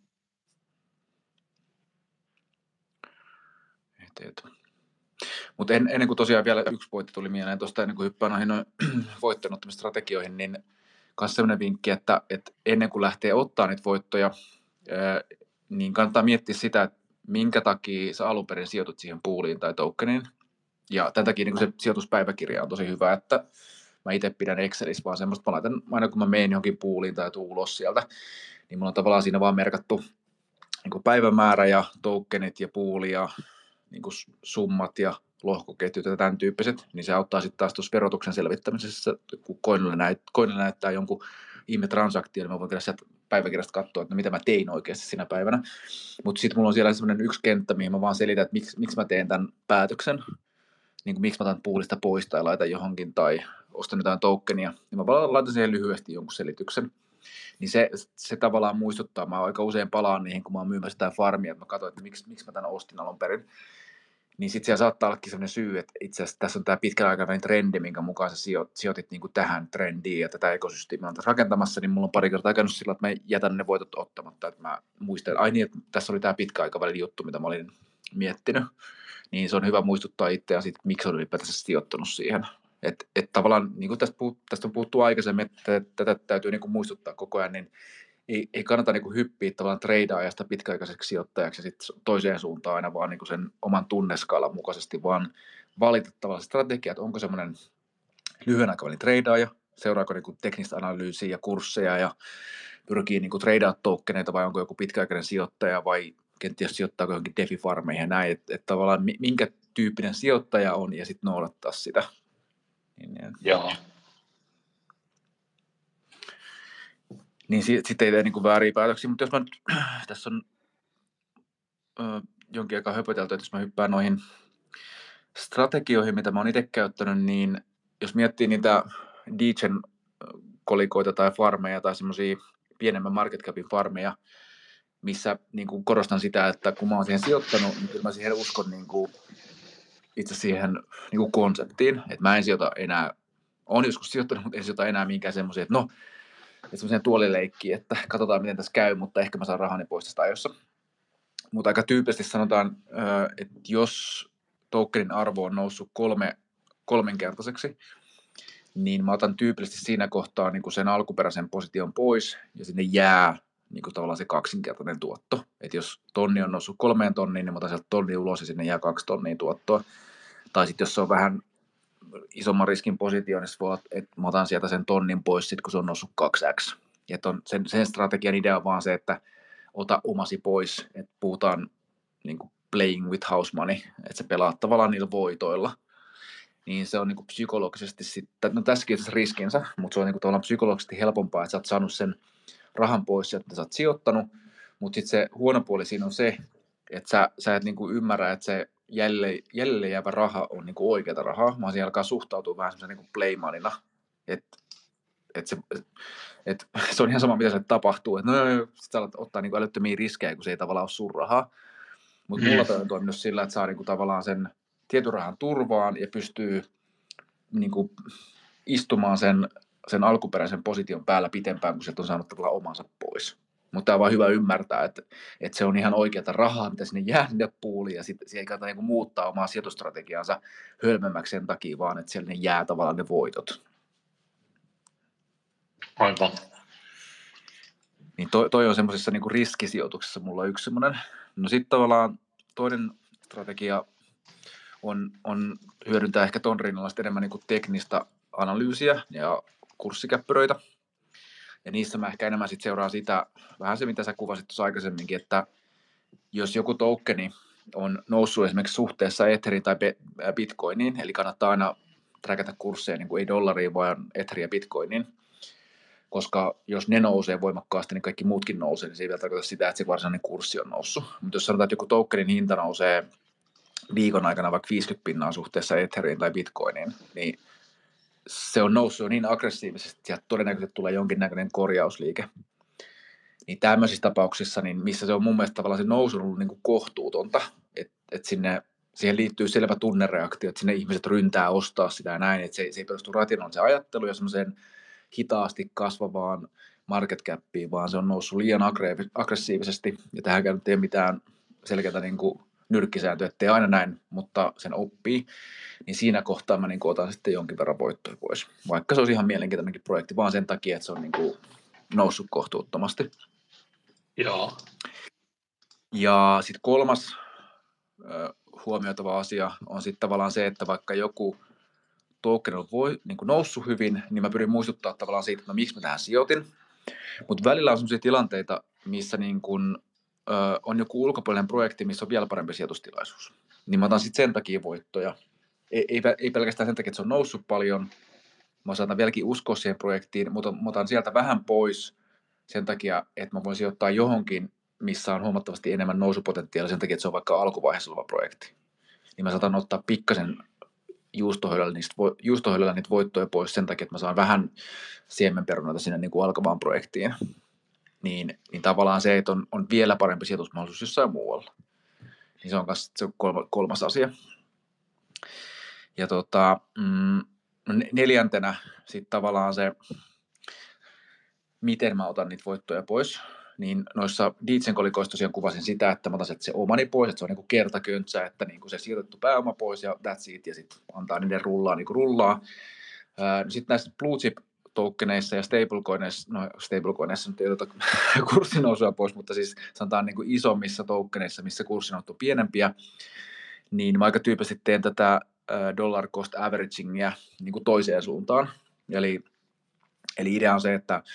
Mutta ennen kuin tosiaan vielä yksi pointti tuli mieleen tuosta, ennen kuin hyppään noihin voittojen ottamistrategioihin, niin myös sellainen vinkki, että ennen kuin lähtee ottaa niitä voittoja, niin kannattaa miettiä sitä, että minkä takia sä alun perin sijoitut siihen pooliin tai tokeniin. Ja tämän takia niin se sijoituspäiväkirja on tosi hyvä, että mä itse pidän Excelissä vaan semmoista, mä laitan aina kun mä menen johonkin pooliin tai tuun ulos sieltä, niin mulla on tavallaan siinä vaan merkattu niin päivämäärä ja tokenit ja pooli ja niin summat ja lohkoketjut ja tämän tyyppiset, niin se auttaa sitten taas tuossa verotuksen selvittämisessä, kun Coinilla näyttää jonkun ihme-transaktio, niin mä voin kyllä sieltä päiväkirjasta katsoa, että mitä mä tein oikeasti siinä päivänä. Mutta sitten mulla on siellä semmoinen yksi kenttä, mihin mä vaan selitän, että miksi mä teen tämän päätöksen, niin kuin miksi mä otan poolista pois tai laitan johonkin tai ostan jotain tokenia, niin mä vaan laitan siihen lyhyesti jonkun selityksen. Niin se tavallaan muistuttaa, mä aika usein palaan niihin, kun mä oon myymässä sitä farmia, että mä katsoin, että miksi mä tämän ostin alun perin. Niin sitten siellä saattaa ollakin sellainen syy, että itse asiassa tässä on tämä pitkän aikavälin trendi, minkä mukaan sä sijoitit niin kuin tähän trendiin ja tätä ekosysteemiä on tässä rakentamassa, niin mulla on pari kertaa käynyt sillä, että mä jätän ne voitot ottamatta, että mä muistan, ai niin, että tässä oli tämä pitkän aikavälin juttu, mitä mä olin miettinyt, niin se on hyvä muistuttaa itseään siitä, miksi on ylipäätänsä sijoittanut siihen. Että tavallaan, niin kuin tästä on puhuttu aikaisemmin, että tätä täytyy niin kuin muistuttaa koko ajan, niin ei kannata niin kuin hyppiä tavallaan treidaajasta pitkäaikaiseksi sijoittajaksi ja sitten toiseen suuntaan aina vaan niin kuin sen oman tunneskaalan mukaisesti, vaan valita tavallaan strategia, että onko semmoinen lyhyen aikavälin treidaaja, seuraako niin kuin teknistä analyysiä ja kursseja ja pyrkii niin kuin treidaa tokeneita vai onko joku pitkäaikainen sijoittaja vai kenties sijoittaako johonkin DeFi-farmeihin ja näin, että tavallaan minkä tyyppinen sijoittaja on ja sitten noudattaa sitä. Joo. Niin sitten ei tee niin kuin vääriä päätöksiä, mutta jos mä nyt, tässä on jonkin aikaa höpötelty, että jos mä hyppään noihin strategioihin, mitä mä oon itse käyttänyt, niin jos miettii niitä DGen kolikoita tai farmeja tai semmoisia pienemmän market capin farmeja, missä niin kuin korostan sitä, että kun mä oon siihen sijoittanut, niin kyllä mä siihen uskon niin kuin itse siihen niin kuin konseptiin, että mä en sijoita enää, oon joskus sijoittanut, mutta en sijoita enää minkään semmoisia, että no, että semmoiseen tuolileikkiin, että katsotaan miten tässä käy, mutta ehkä mä saan rahani pois tästä ajossa. Mutta aika tyypillisesti sanotaan, että jos tokenin arvo on noussut kolmenkertaiseksi, niin mä otan tyypillisesti siinä kohtaa niin kuin sen alkuperäisen position pois ja sinne jää niin kuin tavallaan se kaksinkertainen tuotto. Että jos tonni on noussut 3 tonniin, niin mä otan sieltä tonni ulos ja sinne jää 2 tonnia tuottoa. Tai sitten jos se on vähän isomman riskin positio, niin voi, että mä otan sieltä sen tonnin pois, sit kun se on noussut 2x. Että sen strategian idea on vaan se, että ota omasi pois, että puhutaan niin kuin playing with house money, että sä pelaat tavallaan niillä voitoilla. Niin se on niin kuin psykologisesti sitten, no tässäkin on riskinsä, mutta se on niin kuin tavallaan psykologisesti helpompaa, että sä oot saanut sen rahan pois, että sä oot sijoittanut, mutta sitten se huono puoli siinä on se, että sä et niin kuin ymmärrä, että se jäljelle jäävä raha on niin kuin oikeata rahaa, vaan siihen alkaa suhtautua vähän semmoisen niin kuin playmonina, että se on ihan sama, mitä se tapahtuu, että sit sä alat ottaa niin kuin älyttömiä riskejä, kun se ei tavallaan ole sun rahaa, mutta mulla toi on toiminut sillä, että saa niin kuin tavallaan sen tietyn rahan turvaan ja pystyy niin kuin istumaan sen alkuperäisen position päällä pitempään, kun sieltä on saanut tavallaan omansa pois. Mutta tämä on vaan hyvä ymmärtää, että se on ihan oikeata rahaa, mitä sinne jää sinne puuliin, ja sitten ei kannata niin muuttaa omaa sijoitustrategiaansa hölmemmäksi sen takia, vaan että siellä ne jää tavallaan ne voitot. Aivan. Niin toi on semmoisessa niin riskisijoituksessa mulla yksi semmoinen. No sitten tavallaan toinen strategia on hyödyntää ehkä ton rinnalla enemmän niin kuin teknistä analyysiä ja kurssikäppyröitä. Ja niissä mä ehkä enemmän sit seuraan sitä, vähän se mitä sä kuvasit tuossa aikaisemminkin, että jos joku tokeni on noussut esimerkiksi suhteessa Etheriin tai Bitcoiniin, eli kannattaa aina trackata kursseja niin kuin ei dollariin, vaan Etheriin ja Bitcoiniin, koska jos ne nousee voimakkaasti, niin kaikki muutkin nousee, niin se ei vielä tarkoita sitä, että se varsinainen kurssi on noussut. Mutta jos sanotaan, että joku tokenin hinta nousee viikon aikana vaikka 50% suhteessa Etheriin tai Bitcoiniin, niin se on noussut niin aggressiivisesti, että sieltä todennäköisesti tulee jonkinnäköinen korjausliike. Niin tämmöisissä tapauksissa, niin missä se on mun mielestä tavallaan se nousu ollut niin kuin kohtuutonta, että siihen liittyy selvä tunnereaktio, että sinne ihmiset ryntää ostaa sitä ja näin, että se ei perustu rationaaliseen ajatteluun ja semmoiseen hitaasti kasvavaan market capiin, vaan se on noussut liian aggressiivisesti, ja tähänkään nyt ei ole mitään selkeää niin kuin nyrkkisääntöä, ettei aina näin, mutta sen oppii, niin siinä kohtaa mä niin kuin otan sitten jonkin verran voittoja pois, vaikka se olisi ihan mielenkiintoinenkin projekti, vaan sen takia, että se on niin kuin noussut kohtuuttomasti. Joo. Ja sitten kolmas huomioitava asia on sitten tavallaan se, että vaikka joku token on niin kuin noussut hyvin, niin mä pyrin muistuttaa tavallaan siitä, että miksi mä tähän sijoitin. Mutta välillä on sellaisia tilanteita, missä niin kuin, on joku ulkopuolinen projekti, missä on vielä parempi sijoitustilaisuus. Niin mä otan sitten sen takia voittoja. Ei pelkästään sen takia, että se on noussut paljon. Mä saatan vieläkin uskoa siihen projektiin, mutta mä otan sieltä vähän pois sen takia, että mä voin sijoittaa johonkin, missä on huomattavasti enemmän nousupotentiaalia sen takia, että se on vaikka alkuvaiheessa oleva projekti. Niin mä saatan ottaa pikkasen juustohöylällä niitä voittoja pois sen takia, että mä saan vähän siemenperunoita sinne niin kuin alkavaan projektiin. Niin tavallaan se, että on vielä parempi sijoitusmahdollisuus jossain muualla. Niin se on myös se kolmas asia. Ja neljäntenä sitten tavallaan se, miten mä otan niitä voittoja pois. Niin noissa Dietsen kolikoissa tosiaan kuvasin sitä, että mä otan se omani pois, että se on niin kuin kertaköntsä, että niin kuin se sijoitettu pääoma pois ja that's it, ja sitten antaa niiden rullaa niin kuin rullaa. Sitten näissä blue chip tokeneissa ja stablecoineissa nyt ei oteta kurssinousua pois, mutta siis sanotaan niin kuin isommissa tokeneissa, missä kurssinousu on pienempiä, niin mä aika tyypillisesti teen tätä dollar cost averagingia niin kuin toiseen suuntaan. Eli idea on se, että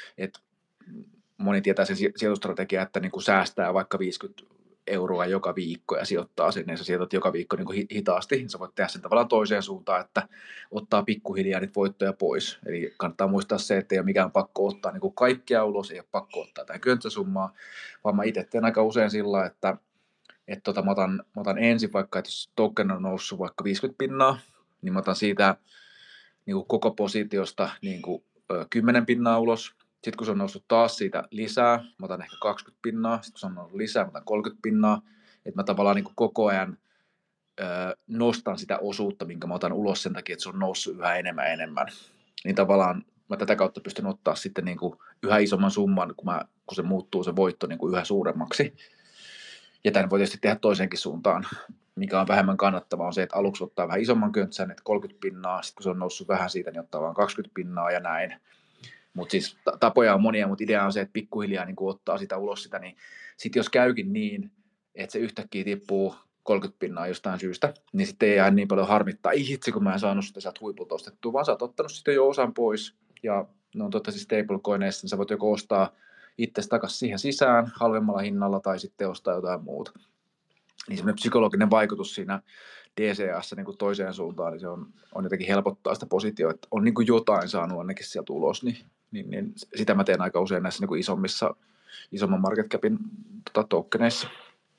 moni tietää sen sijoitustrategia, että niin kuin säästää vaikka 50 euroa joka viikko ja sijoittaa sen, ja sä sijoitat joka viikko niin kuin hitaasti. Sä voit tehdä sen tavallaan toiseen suuntaan, että ottaa pikkuhiljaa niitä voittoja pois. Eli kannattaa muistaa se, että ei ole mikään pakko ottaa niin kuin kaikkea ulos, ei ole pakko ottaa tähän könttäsummaa, vaan mä itse teen aika usein sillä, että mä otan ensin vaikka, että jos token on noussut vaikka 50%, niin mä otan siitä niin kuin koko positiosta niin kuin 10% ulos. Sitten kun se on noussut taas siitä lisää, mä otan ehkä 20%, sitten kun se on noussut lisää, mä otan 30%, että mä tavallaan niin kuin koko ajan nostan sitä osuutta, minkä mä otan ulos sen takia, että se on noussut yhä enemmän. Niin tavallaan mä tätä kautta pystyn ottaa sitten niin kuin yhä isomman summan, kun se muuttuu se voitto niin kuin yhä suuremmaksi. Ja tämän voi tietysti tehdä toiseenkin suuntaan, mikä on vähemmän kannattavaa, on se, että aluksi ottaa vähän isomman köntsän, että 30%, sitten kun se on noussut vähän siitä, niin ottaa vain 20% ja näin. Mutta siis tapoja on monia, mutta idea on se, että pikkuhiljaa niin kun ottaa sitä ulos sitä, niin sitten jos käykin niin, että se yhtäkkiä tippuu 30% jostain syystä, niin sitten ei jää niin paljon harmittaa, ei hitsi kun mä en saanut sitä sieltä huipulta ostettua, vaan sä oot ottanut sitten jo osan pois, ja ne on totta siis stablecoineissa, niin sä voit joko ostaa itsesi takaisin siihen sisään halvemmalla hinnalla, tai sitten ostaa jotain muuta. Niin semmoinen psykologinen vaikutus siinä DCA:ssa niin kuin toiseen suuntaan, niin se on jotenkin helpottaa sitä positiota, että on niin kuin jotain saanut ainakin sieltä ulos, niin sitä mä teen aika usein näissä niin kuin isomman market capin tokeneissa.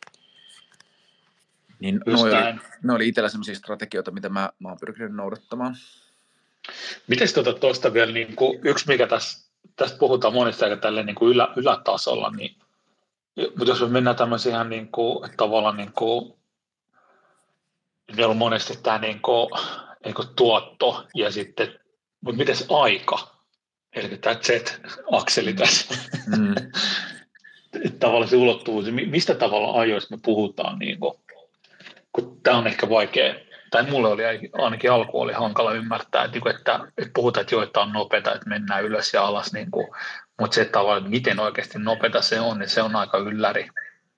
Niin ne oli itsellä sellaisia strategioita, mitä mä oon pyrkinyt noudattamaan. Miten tuosta vielä, niin kuin, yksi mikä tästä puhutaan monista aika tälleen niin kuin ylätasolla, niin mutta jos me mennään tämmöisiin ihan niin kuin, tavallaan niin kuin, meillä on monesti tämä niin kuin tuotto ja sitten, mutta mites aika? Eli tämä Z-akseli tässä. tavallaan se ulottuvuus, mistä tavalla ajoista me puhutaan, niin kun tämä on ehkä vaikea, tai mulle oli ainakin alku oli hankala ymmärtää, että puhutaan, että että on nopeata, että mennään ylös ja alas, mutta se tavallaan, että miten oikeasti nopeata se on, niin se on aika ylläri.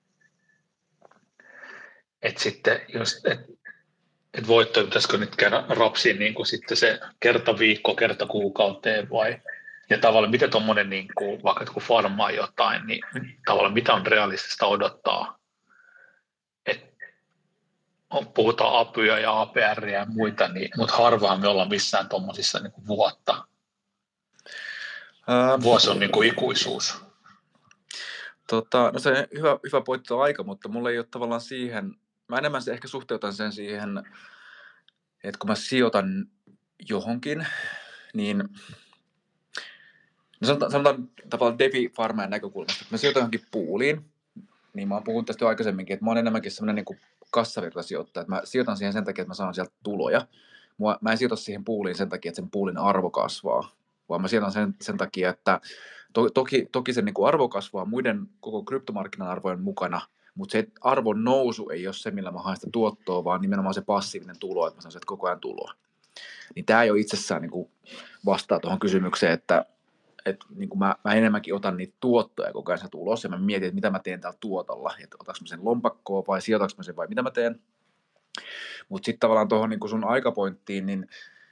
Että sitten just, että voittoja pitäisikö nyt rapsia niin kuin sitten se kerta viikko, kerta kuukauteen vai, ja tavallaan miten tuommoinen, niin kuin, vaikka kun farmaa jotain, niin tavallaan mitä on realistista odottaa, että puhutaan APYä ja APR ja muita, mutta harvaan me ollaan missään tuommoisissa niin kuin vuotta. Vuosi on niin kuin ikuisuus. No se hyvä pointti on aika, mutta mulla ei ole tavallaan siihen, mä enemmän ehkä suhteutan sen siihen, että kun mä sijoitan johonkin, niin no sanotaan tavallaan DeFi-farmajan näkökulmasta, että mä sijoitan johonkin pooliin, niin mä oon puhunut tästä jo aikaisemminkin, että mä oon enemmänkin semmoinen niin kuin kassavirtasijoittaja, että mä sijoitan siihen sen takia, että mä saan sieltä tuloja. Mä en sijoita siihen pooliin sen takia, että sen poolin arvo kasvaa, vaan mä sijoitan sen takia, että toki sen niin kuin arvo kasvaa muiden koko kryptomarkkinan arvojen mukana, mutta se arvon nousu ei ole se, millä mä haen sitä tuottoa, vaan nimenomaan se passiivinen tulo, että mä saan sieltä koko ajan tuloa. Niin tämä jo itsessään niin kuin vastaa tuohon kysymykseen, että niin kuin mä enemmänkin otan niitä tuottoja koko ajan sieltä ulos, ja mä mietin, että mitä mä teen täällä tuotolla, että otanko mä sen lompakkoon vai sijoitanko mä sen vai mitä mä teen. Mutta sitten tavallaan tuohon niin kuin sun aikapointtiin, niin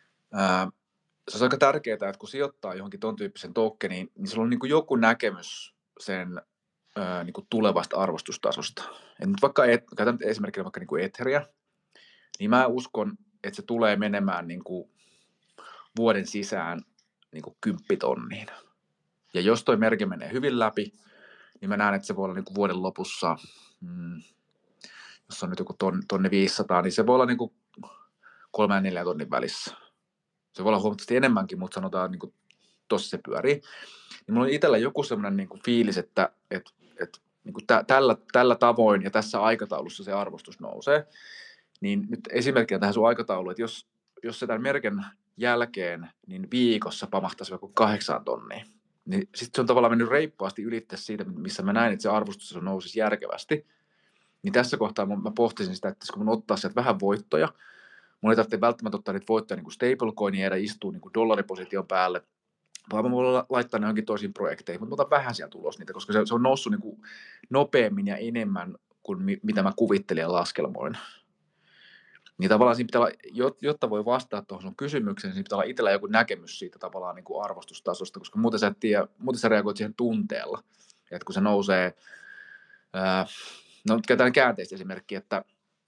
se on aika tärkeää, että kun sijoittaa johonkin ton tyyppisen tokeniin, niin sulla on niin kuin joku näkemys sen niin kuin tulevasta arvostustasosta. Et nyt vaikka, käytän esimerkkinä vaikka niin kuin Etheria, niin mä uskon, että se tulee menemään niin kuin vuoden sisään niin kuin 10 tonniin. Ja jos toi merke menee hyvin läpi, niin mä näen, että se voi olla niin kuin vuoden lopussa, jos on nyt joku tonni 500, niin se voi olla niin kuin 3 ja 4 tonnin välissä. Se voi olla huomattavasti enemmänkin, mutta sanotaan, niin kuin tossa se pyörii. Niin mulla on itsellä joku semmoinen niin kuin fiilis, että niin kuin tällä tavoin ja tässä aikataulussa se arvostus nousee. Niin nyt esimerkkinä tähän sun aikatauluun, että jos se tämän merken jälkeen niin viikossa pamahtaisi vaikka 8 tonnia, niin sitten se on tavallaan mennyt reippaasti ylitse siitä, missä mä näin, että se arvostus nousisi järkevästi. Niin tässä kohtaa mä pohtisin sitä, että kun mun ottaa sieltä vähän voittoja, mun ei tarvitse välttämättä ottaa niitä voittoja niin kuin stablecoinia ja istua niin kuin dollariposition päälle, vaan mä voin laittaa ne johonkin toisiin projekteihin, mutta mä otan vähän sieltä ulos niitä, koska se on noussut niin kuin nopeammin ja enemmän kuin mitä mä kuvittelin ja laskelmoin. Niin tavallaan siinä pitää olla, jotta voi vastata tuohon sun kysymykseen, niin pitää olla itsellä joku näkemys siitä tavallaan niin kuin arvostustasosta, koska muuten sä reagoit siihen tunteella. Että kun se nousee, no käytetään käänteistä esimerkkiä, että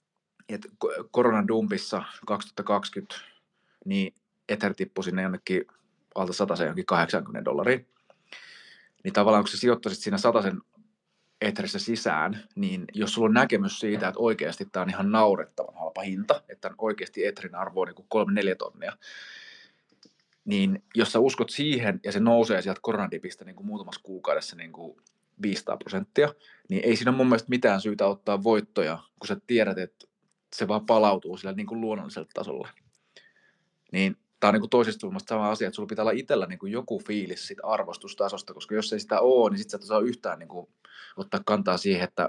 koronan dumpissa 2020, niin Ether tippui sinne jonnekin alta 100 johonkin $80. Niin tavallaan kun sä sijoittaisit siinä 100 Etherissä sisään, niin jos sulla on näkemys siitä, että oikeasti tämä on ihan naurettavan halpa hinta, että oikeasti Etherin arvo on niin 3-4 tonnia, niin jos sä uskot siihen ja se nousee sieltä koronadipistä niin kuin muutamassa kuukaudessa niin kuin 500%, niin ei siinä ole mun mielestä mitään syytä ottaa voittoja, kun sä tiedät, että se vaan palautuu sillä niin kuin luonnollisella tasolla. Niin tämä on niin kuin toisesta suunnasta sama asia, että sulla pitää olla itsellä niin kuin joku fiilis siitä arvostustasosta, koska jos ei sitä ole, niin sitten sä et saa yhtään niin kuin ottaa kantaa siihen, että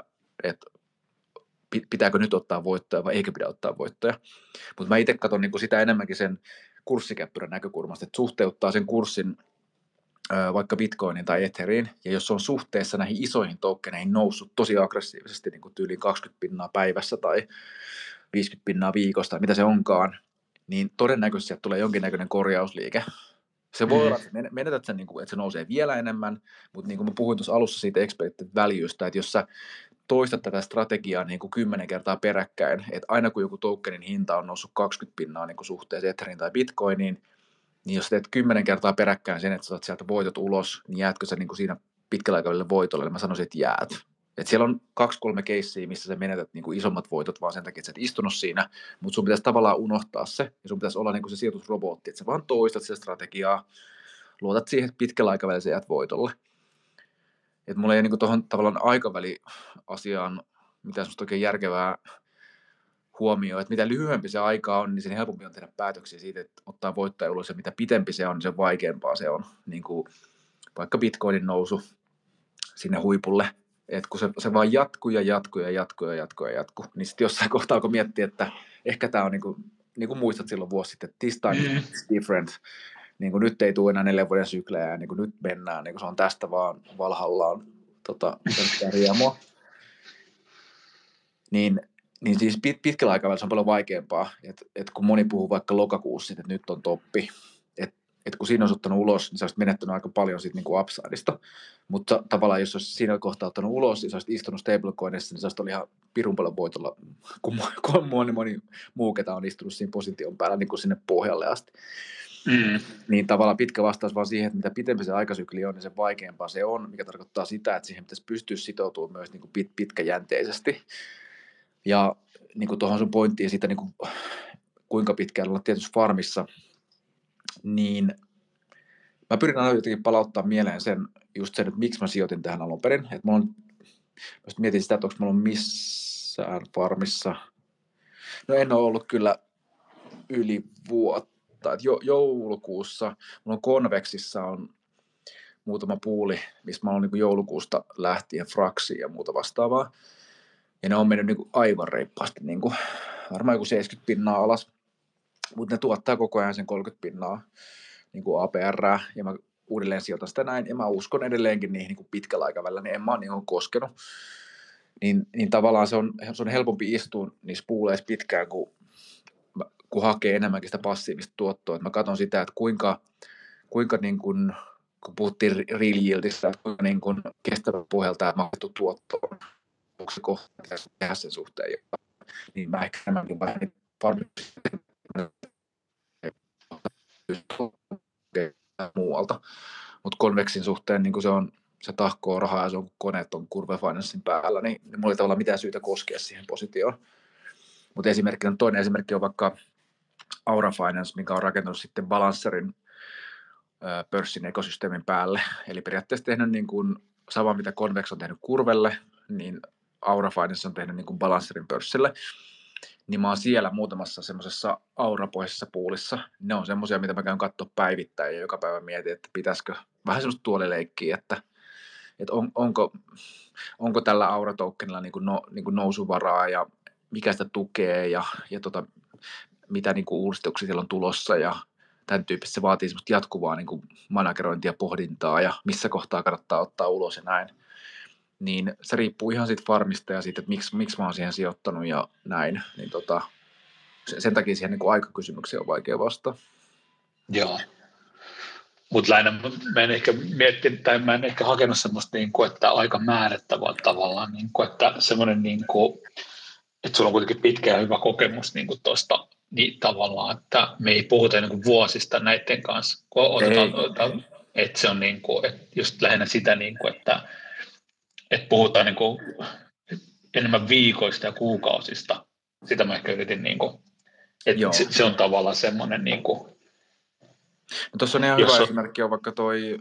pitääkö nyt ottaa voittoja vai eikö pidä ottaa voittoja. Mutta mä itse katson niin sitä enemmänkin sen kurssikäppyrän näkökulmasta, että suhteuttaa sen kurssin vaikka Bitcoinin tai Etheriin, ja jos se on suhteessa näihin isoihin tokeneihin noussut tosi aggressiivisesti, niin kuin tyyliin 20% päivässä tai 50% viikosta, mitä se onkaan, niin todennäköisesti sieltä tulee jonkinnäköinen korjausliike. Se voi olla, että menetät sen, että se nousee vielä enemmän, mutta niin kuin mä puhuin tuossa alussa siitä expected valuesta, että jos sä toistat tätä strategiaa niin kuin 10 kertaa peräkkäin, että aina kun joku tokenin hinta on noussut 20% niin kuin suhteessa Etheriin tai Bitcoiniin, niin jos teet 10 kertaa peräkkäin sen, että saat sieltä voitot ulos, niin jäätkö sä niin kuin siinä pitkällä aikavälillä voitolle, niin mä sanoisin, että jäät. Et siellä on 2-3 keissiä, missä sä menetät niin kuin isommat voitot vaan sen takia, että sä et istunut siinä, mutta sun pitäisi tavallaan unohtaa se, ja sun pitäisi olla niin kuin se sijoitusrobotti, että sä vaan toistat sitä strategiaa, luotat siihen, että pitkällä aikavälillä sä jäät voitolle. Et mulla ei niin kuin tuohon tavallaan aikaväliasiaan mitään semmoista oikein järkevää huomioon, että mitä lyhyempi se aika on, niin sen helpompi on tehdä päätöksiä siitä, että ottaa voittaja ulos, ja mitä pitempi se on, niin sen vaikeampaa se on. Niin kuin vaikka Bitcoinin nousu sinne huipulle, että kun se vaan jatkuu, niin sitten jossain kohtaa alkoi miettiä, että ehkä tämä on niin kuin muistat silloin vuosi sitten, että this time is different. Niin kuin nyt ei tule enää 4 vuoden syklejä, ja niin kuin nyt mennään, niin kuin se on tästä vaan valhallaan riemua. Niin siis pitkällä aikavälillä se on paljon vaikeampaa, että kun moni puhuu vaikka lokakuussa, että nyt on toppi, että kun siinä olisi ottanut ulos, niin sä olisit menettänyt aika paljon siitä niin kuin upsideista, mutta tavallaan jos olisi siinä kohtaa ottanut ulos, niin sä olisit istunut stablecoinissa, niin sä olisit ollut ihan pirun paljon voitolla, kun moni muu, ketä on istunut siinä position päällä niin kuin sinne pohjalle asti. Niin tavallaan pitkä vastaus vaan siihen, että mitä pitempi se aikasykli on, niin sen vaikeampaa se on, mikä tarkoittaa sitä, että siihen pitäisi pystyä sitoutumaan myös niin kuin pitkäjänteisesti. Ja niin kuin tuohon sun pointtiin siitä, niin kuin, kuinka pitkään olla tietyssä farmissa, niin mä pyrin aina jotenkin palauttaa mieleen just sen, että miksi mä sijoitin tähän alun perin. Että mä mietin sitä, että onko mulla missään farmissa. No en ole ollut kyllä yli vuotta. Että joulukuussa, mulla on Convexissa on muutama puuli, missä mä oon niin joulukuusta lähtien fraksiin ja muuta vastaavaa. Ja ne on mennyt niin kuin aivan reippaasti, niin kuin, varmaan joku 70% alas. Mutta ne tuottaa koko ajan sen 30% niin kuin APR, ja mä uudelleen sijoitan sitä näin, ja mä uskon edelleenkin niihin niin kuin pitkällä aikavälillä, niin en mä ole niin koskenut. Niin tavallaan se on helpompi istua niissä puuleissa pitkään, kun hakee enemmänkin sitä passiivista tuottoa. Et mä katson sitä, että kuinka niin kuin, kun puhuttiin real yieldistä, että kuinka niin kuin kestävän pohjalta maksettu tuotto on, onko se kohta tehdä sen suhteen. Niin mä ehkä enemmänkin vähän muualta. Mutta Convexin suhteen niin se tahkoo rahaa ja se on koneet on Curve Financein päällä, niin mulla ei tavallaan mitään syytä koskea siihen positioon. Mutta toinen esimerkki on vaikka Aura Finance, mikä on rakentunut sitten Balancerin pörssin ekosysteemin päälle. Eli periaatteessa tehnyt niin kuin sama, mitä Convex on tehnyt Curvelle, niin Aura Finance on tehnyt niin kuin Balancerin pörssille. Niin mä oon siellä muutamassa semmoisessa aurapohjaisessa puulissa. Ne on semmoisia, mitä mä käyn katsoa päivittäin ja joka päivä mietin, että pitäisikö vähän semmoista tuolileikkiä, että onko tällä auratokenilla niin kuin nousuvaraa ja mikä sitä tukee ja mitä niin kuin uudistuksia siellä on tulossa ja tämän tyyppistä. Se vaatii semmoista jatkuvaa niin kuin managerointia, pohdintaa ja missä kohtaa kannattaa ottaa ulos ja näin. Niin se riippuu ihan siitä farmista ja siitä, että miksi mä oon siihen sijoittanut ja näin. Niin sen takia siihen niin kuin aikakysymykseen on vaikea vastata. Joo. Mutta lähinnä mä en ehkä miettinyt, tai mä en ehkä hakenut semmoista, niin kuin, että aika määrättävää tavallaan, niin kuin, että semmoinen, niin kuin, että sulla on kuitenkin pitkä ja hyvä kokemus niin tuosta, niin tavallaan, että me ei puhuta niin kuin vuosista näiden kanssa, kun otetaan, että se on niin kuin, että just lähinnä sitä, niin kuin, että puhutaan niin kuin enemmän viikoista ja kuukausista. Sitä mä ehkä yritin, niin kuin, että se on tavallaan semmoinen. Niin kuin, no tuossa on ihan hyvä esimerkki, on vaikka toi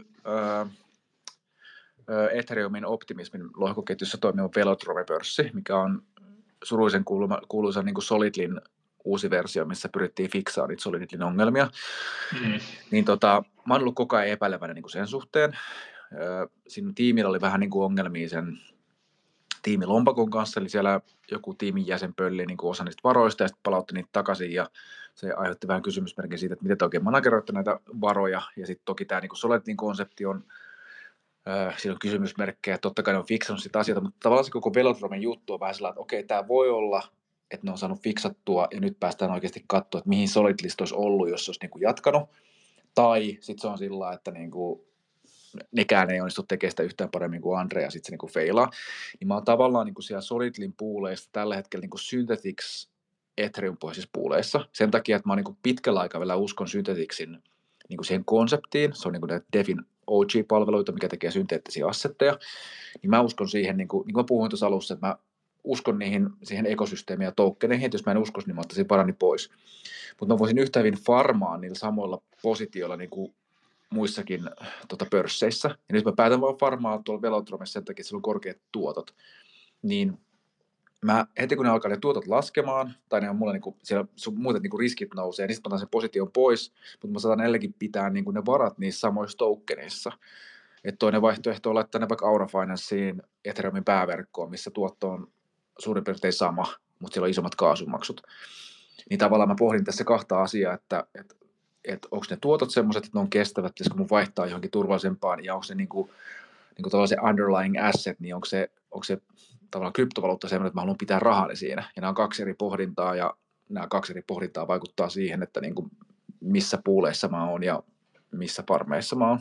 Ethereumin optimismin lohkoketjussa toimiva Velodrome-pörssi, mikä on surullisen kuuluisa niin kuin Solidlin uusi versio, missä pyrittiin fiksaamaan niitä Solidlin ongelmia. Niin mä oon ollut koko ajan epäileväinen niin kuin sen suhteen. Siinä tiimillä oli vähän niin kuin ongelmia sen tiimilompakon kanssa, eli siellä joku tiimin jäsen pölli niin kuin osa niistä varoista ja sitten palautti niitä takaisin, ja se aiheutti vähän kysymysmerkin siitä, että miten te oikein manageroitte näitä varoja, ja sitten toki tämä niin Solidlin konsepti on, siinä on kysymysmerkkejä, totta kai ne on fiksannut sitä asioita, mutta tavallaan se koko Velodromen juttu on vähän sellainen, että okei, tämä voi olla, että ne on saanut fiksattua, ja nyt päästään oikeasti katsoa, että mihin Solidlist olisi ollut, jos se olisi niin kuin jatkanut, tai sitten se on sillä että niin kuin nekään ei onnistu tekemään sitä yhtään paremmin kuin Andre, ja sitten se niinku feilaa. Niin mä oon tavallaan niinku siellä Solidlin puuleissa tällä hetkellä niinku Synthetix Ethereum-pohjaisissa puuleissa. Sen takia, että mä oon niinku pitkällä aikavälillä uskon Synthetixin niinku siihen konseptiin. Se on niinku näitä DeFin OG-palveluita, mikä tekee synteettisiä assetteja. Niin mä uskon siihen, niin kuin mä puhuin tuossa alussa, että mä uskon siihen ekosysteemiin ja tokeneihin, että jos mä en uskoisi, niin mä ottaisin parani pois. Mutta mä voisin yhtä hyvin farmaa niillä samoilla positioilla niin kuin muissakin pörsseissä. Ja nyt mä päätän vaan farmaa tuolla Velodromessa sen takia, että sillä on korkeat tuotot. Niin mä heti kun ne alkaa ne tuotot laskemaan, tai ne on mulle niinku, siellä muuten niinku riskit nousee, niin sitten mä otan sen position pois, mutta mä saatan edelleenkin pitää niinku ne varat niissä samoissa tokeneissa. Et toinen vaihtoehto on laittaa ne vaikka Aura Financeen Ethereumin pääverkkoon, missä tuotto on suurin piirtein sama, mutta siellä on isommat kaasumaksut. Niin tavallaan mä pohdin tässä kahta asiaa, että onko ne tuotot semmoiset, että ne on kestävät, pitäisikö mun vaihtaa johonkin turvallisempaan, ja onko se niinku tavallaan se underlying asset, niin onko se tavallaan kryptovaluutta semmoinen, että mä haluan pitää rahani siinä. Ja nämä on kaksi eri pohdintaa, ja nämä kaksi eri pohdintaa vaikuttaa siihen, että niinku missä puuleissa mä oon ja missä farmeissa mä oon.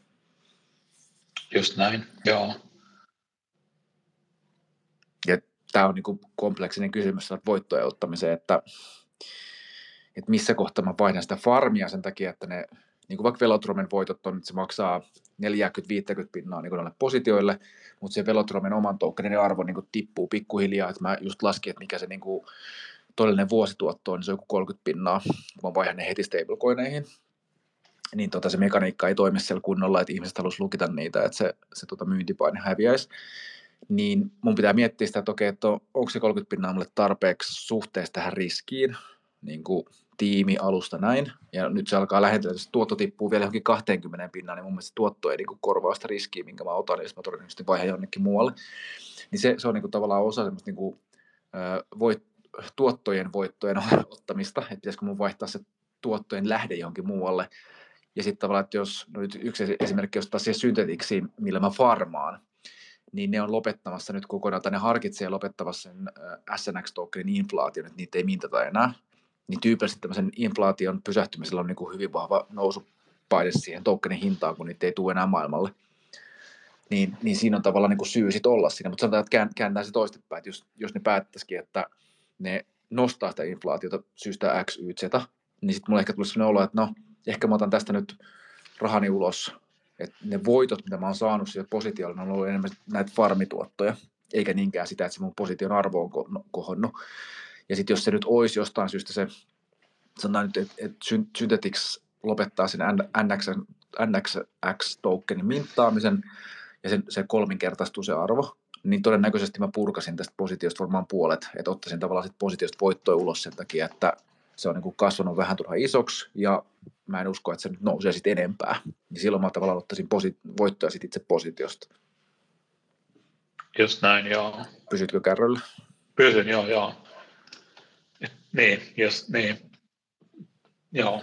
Just näin, joo. Ja tämä on niinku kompleksinen kysymys voittojen ottamiseen, että missä kohtaa mä vaihdan sitä farmia sen takia, että ne, niin kuin vaikka Velotromen voitot on, että se maksaa 40-50 pinnaa niin noille positioille, mutta se Velotromen oman tokenin arvo niin kuin tippuu pikkuhiljaa, että mä just laskin, että mikä se niin kuin todellinen vuosituotto on, niin se on joku 30 pinnaa, kun mä vaihdan ne heti stablecoineihin. Niin se mekaniikka ei toimi siellä kunnolla, että ihmiset haluaisi lukita niitä, että se myyntipaine häviäisi. Niin mun pitää miettiä sitä, että okei, että onko se 30 pinnaa mulle tarpeeksi suhteessa tähän riskiin, niin kuin tiimi alusta näin, ja nyt se alkaa lähentää, jos tuotto tippuu vielä johonkin 20 pinnaan, niin mun mielestä tuotto ei niin kuin korvaa sitä riskiä, minkä mä otan, jos mä todennäköisesti vaihan jonnekin muualle. Niin se on niin kuin tavallaan osa semmoista niin kuin, tuottojen voittojen ottamista, että pitäisikö mun vaihtaa se tuottojen lähde johonkin muualle. Ja sitten tavallaan, että jos, no nyt yksi esimerkki on taas siihen Synthetixin, millä mä farmaan, niin ne on lopettamassa nyt kokonaan, tai ne harkitsee lopettamassa sen SNX-tokenin inflaation, että niitä ei mintata enää. Niin tyypillisesti tämmöisen inflaation pysähtymisellä on niin kuin hyvin vahva nousupaine siihen tokenin hintaan, kun niitä ei tule enää maailmalle. Niin siinä on tavallaan niin kuin syy sit olla siinä, mutta sanotaan, että kääntää se toistepäin, että jos ne päättäisikin, että ne nostaa sitä inflaatiota syystä X, Y, Z, niin sitten mulla ehkä tulisi sellainen olo, että no, ehkä mä otan tästä nyt rahani ulos, että ne voitot, mitä mä oon saanut sieltä positiolla, on ollut enemmän näitä farmituottoja, eikä niinkään sitä, että se mun position arvo on kohonnut. Ja sitten jos se nyt olisi jostain syystä se, sanotaan nyt, että Synthetix lopettaa sen NXX-tokenin minttaamisen, ja se kolminkertaistuu se arvo, niin todennäköisesti mä purkasin tästä positiosta varmaan puolet, että ottaisin tavallaan sit positiosta voittoa ulos sen takia, että se on niin kuin kasvanut vähän turhaan isoksi, ja mä en usko, että se nyt nousee sitten enempää. Niin silloin mä tavallaan ottaisin voittoa sitten itse positiosta. Just näin, joo. Pysytkö kärryllä? Pysyn, joo. Niin. Joo.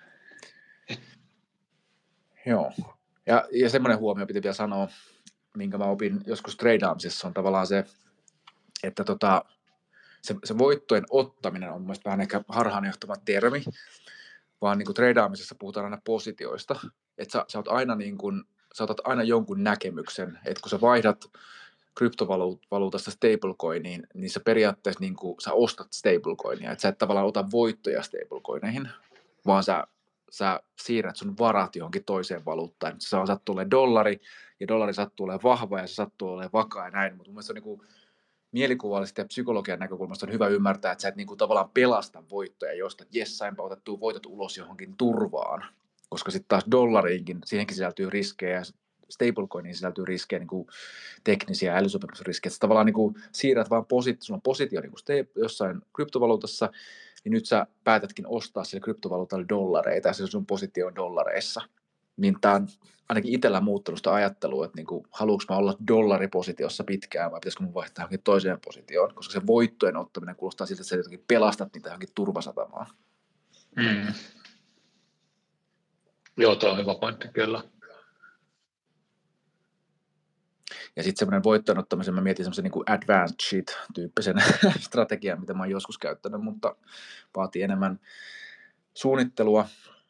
Joo. Ja semmoinen huomio piti vielä sanoa, minkä mä opin joskus treidaamisessa, on tavallaan se, että se voittojen ottaminen on mielestäni vähän ehkä harhaanjohtava termi, vaan niin kuin treidaamisessa puhutaan aina positioista, että sä otat aina jonkun näkemyksen, että kun sä vaihdat kryptovaluutasta stablecoiniin, niin sä periaatteessa niin kuin, sä ostat stablecoinia, että sä et tavallaan ota voittoja stablecoineihin, vaan sä siirrät sun varat johonkin toiseen valuuttaan. Se sattuu olemaan dollari, ja dollari sattuu olemaan vahva, ja se sattuu olemaan vakaa ja näin, mutta mun mielestä on niin kuin mielikuvallisesti ja psykologian näkökulmasta on hyvä ymmärtää, että sä et niin kuin tavallaan pelasta voittoja josta, että jes, sainpä otettua voitot ulos johonkin turvaan, koska sitten taas dollariinkin, siihenkin sisältyy riskejä, stablecoiniin sisältyy riskejä, niin kuin teknisiä älysopimusriskejä, että tavallaan niin kuin siirrät vaan sulla on positio niin kuin jossain kryptovaluutassa, niin nyt sä päätätkin ostaa sille kryptovaluutalle dollareita, ja se sun positio on dollareissa. Niin tämä on ainakin itsellä muuttanut sitä ajattelua, että niinku, haluanko mä olla dollaripositiossa pitkään, vai pitäisikö mun vaihtaa johonkin toiseen positioon, koska se voittojen ottaminen kuulostaa siltä, että sä jotenkin pelastat niitä johonkin turvasatamaan. Joo, tuo on hyvä pointti, kyllä. Ja sitten semmoinen voittojen ottamisen, mä mietin semmoisen niin kuin advanced shit-tyyppisen strategian, mitä mä oon joskus käyttänyt, mutta vaatii enemmän suunnittelua,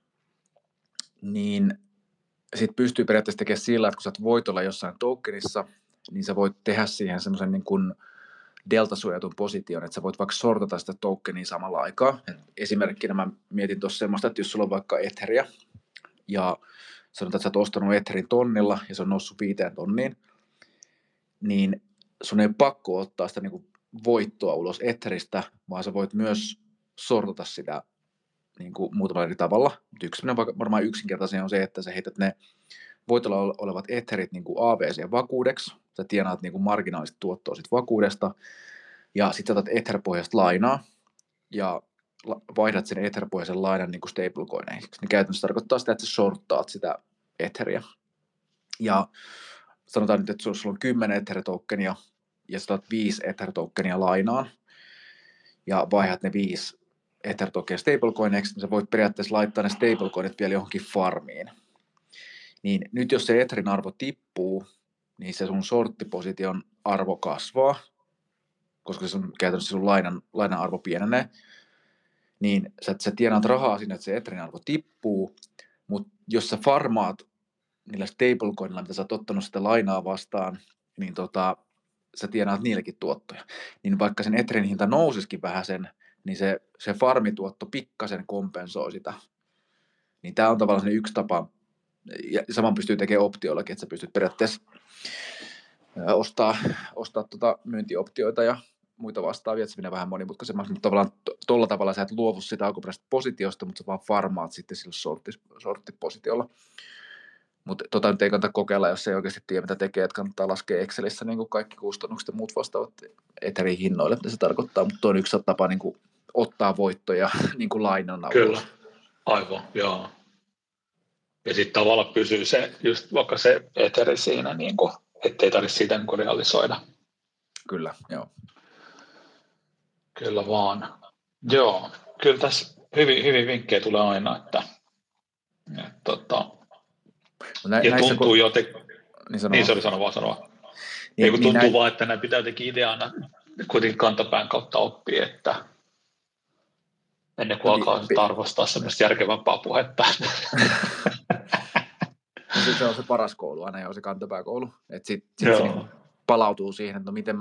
niin sitten pystyy periaatteessa tekemään sillä, että kun sä oot voitolla jossain tokenissa, niin sä voit tehdä siihen semmoisen niin kuin deltasuojatun position, että sä voit vaikka sortata sitä tokenia samalla aikaa. Esimerkkinä mä mietin tuossa semmoista, että jos sulla on vaikka Etheria, ja sanotaan, että sä oot ostanut Etherin tonnilla, ja se on noussut 5 tonniin, niin sun ei pakko ottaa sitä niin kuin voittoa ulos Etheristä, vaan sä voit myös sortata sitä niin kuin muutamalla eri tavalla. Yksi varmaan yksinkertaisen on se, että sä heität ne voitolla olevat Etherit niin kuin AVC-vakuudeksi. Sä tienaat niin kuin marginaalista tuottoa sit vakuudesta. Ja sitten otat Ether-pohjaista lainaa ja vaihdat sen Ether-pohjaisen lainan niin kuin stablecoineiksi. Niin käytännössä tarkoittaa sitä, että sä shorttaat sitä Etheria. Ja sanotaan nyt, että sulla on 10 Ether-tokenia ja sä otat 5 Ether-tokenia lainaan ja vaihdat ne 5 Ether-tokenia stablecoineiksi, niin sä voit periaatteessa laittaa ne stablecoinit vielä johonkin farmiin. Niin nyt jos se Etherin arvo tippuu, niin se sun shorttiposition arvo kasvaa, koska se on käytännössä sun lainan arvo pienenee, niin sä tienaat rahaa sinne, että se Etherin arvo tippuu, mutta jos sä farmaat niillä stablecoinilla, mitä sä oot ottanut sitä lainaa vastaan, niin sä tienaat niillekin tuottoja. Niin vaikka sen Etherin hinta nousisikin vähäsen, niin se farmituotto pikkasen kompensoi sitä. Niin tää on tavallaan yksi tapa, ja saman pystyy tekemään optioillakin, että sä pystyt periaatteessa ostaa myyntioptioita ja muita vastaavia, että se menee vähän monimutkaisemmaksi, mutta tavallaan tuolla tavalla sä et luovu sitä alkuperäisestä positiosta, mutta sä vaan farmaat sitten sillä shorttipositiolla. Mutta nyt ei kannata kokeilla, jos ei oikeasti tiedä, mitä tekee, että kannattaa laskea Excelissä niin kuin kaikki kustannukset ja muut vastaavat Etherin hinnoille, mitä se tarkoittaa, mutta tuo on yksi tapa niin kuin ottaa voittoja niin kuin lainana. Kyllä, aivan, joo. Ja sitten tavallaan pysyy se, just vaikka se Etheri siinä, niin kuin, ettei tarvitse siitä niin kuin realisoida. Kyllä, joo. Kyllä vaan. Joo, kyllä tässä hyvin vinkkejä tulee aina, että ja tuntuu jotenkin, niin se oli sanoa. Niin, kun tuntuu vaan, että nämä pitää jotenkin ideana kuitenkin kantapään kautta oppia, että ennen kuin alkaa arvostaa semmoista järkevämpää puhetta. Se on se paras koulu aina ja on se kantapääkoulu. Sitten se niin palautuu siihen, että no miten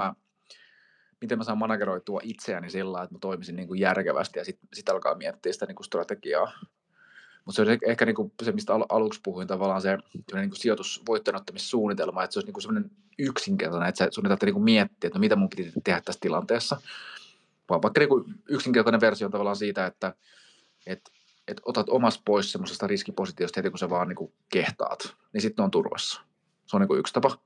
mä saan manageroitua itseäni sillä, että mä toimisin niin kuin järkevästi ja sitten alkaa miettiä sitä niin kuin strategiaa. Mutta se on ehkä niin kuin se, mistä aluksi puhuin, tavallaan se niin kuin sijoitusvoittoenottamissuunnitelma, että se olisi niin kuin sellainen yksinkertainen, että sun ei tarvitse niin kuin miettiä, että no mitä mun piti tehdä tässä tilanteessa. Vaan vaikka niin kuin yksinkertainen versio on tavallaan siitä, että otat omassa pois semmoisesta riskipositiosta heti, kun sä vaan niin kuin kehtaat, niin sitten on turvassa. Se on niin kuin yksi tapa.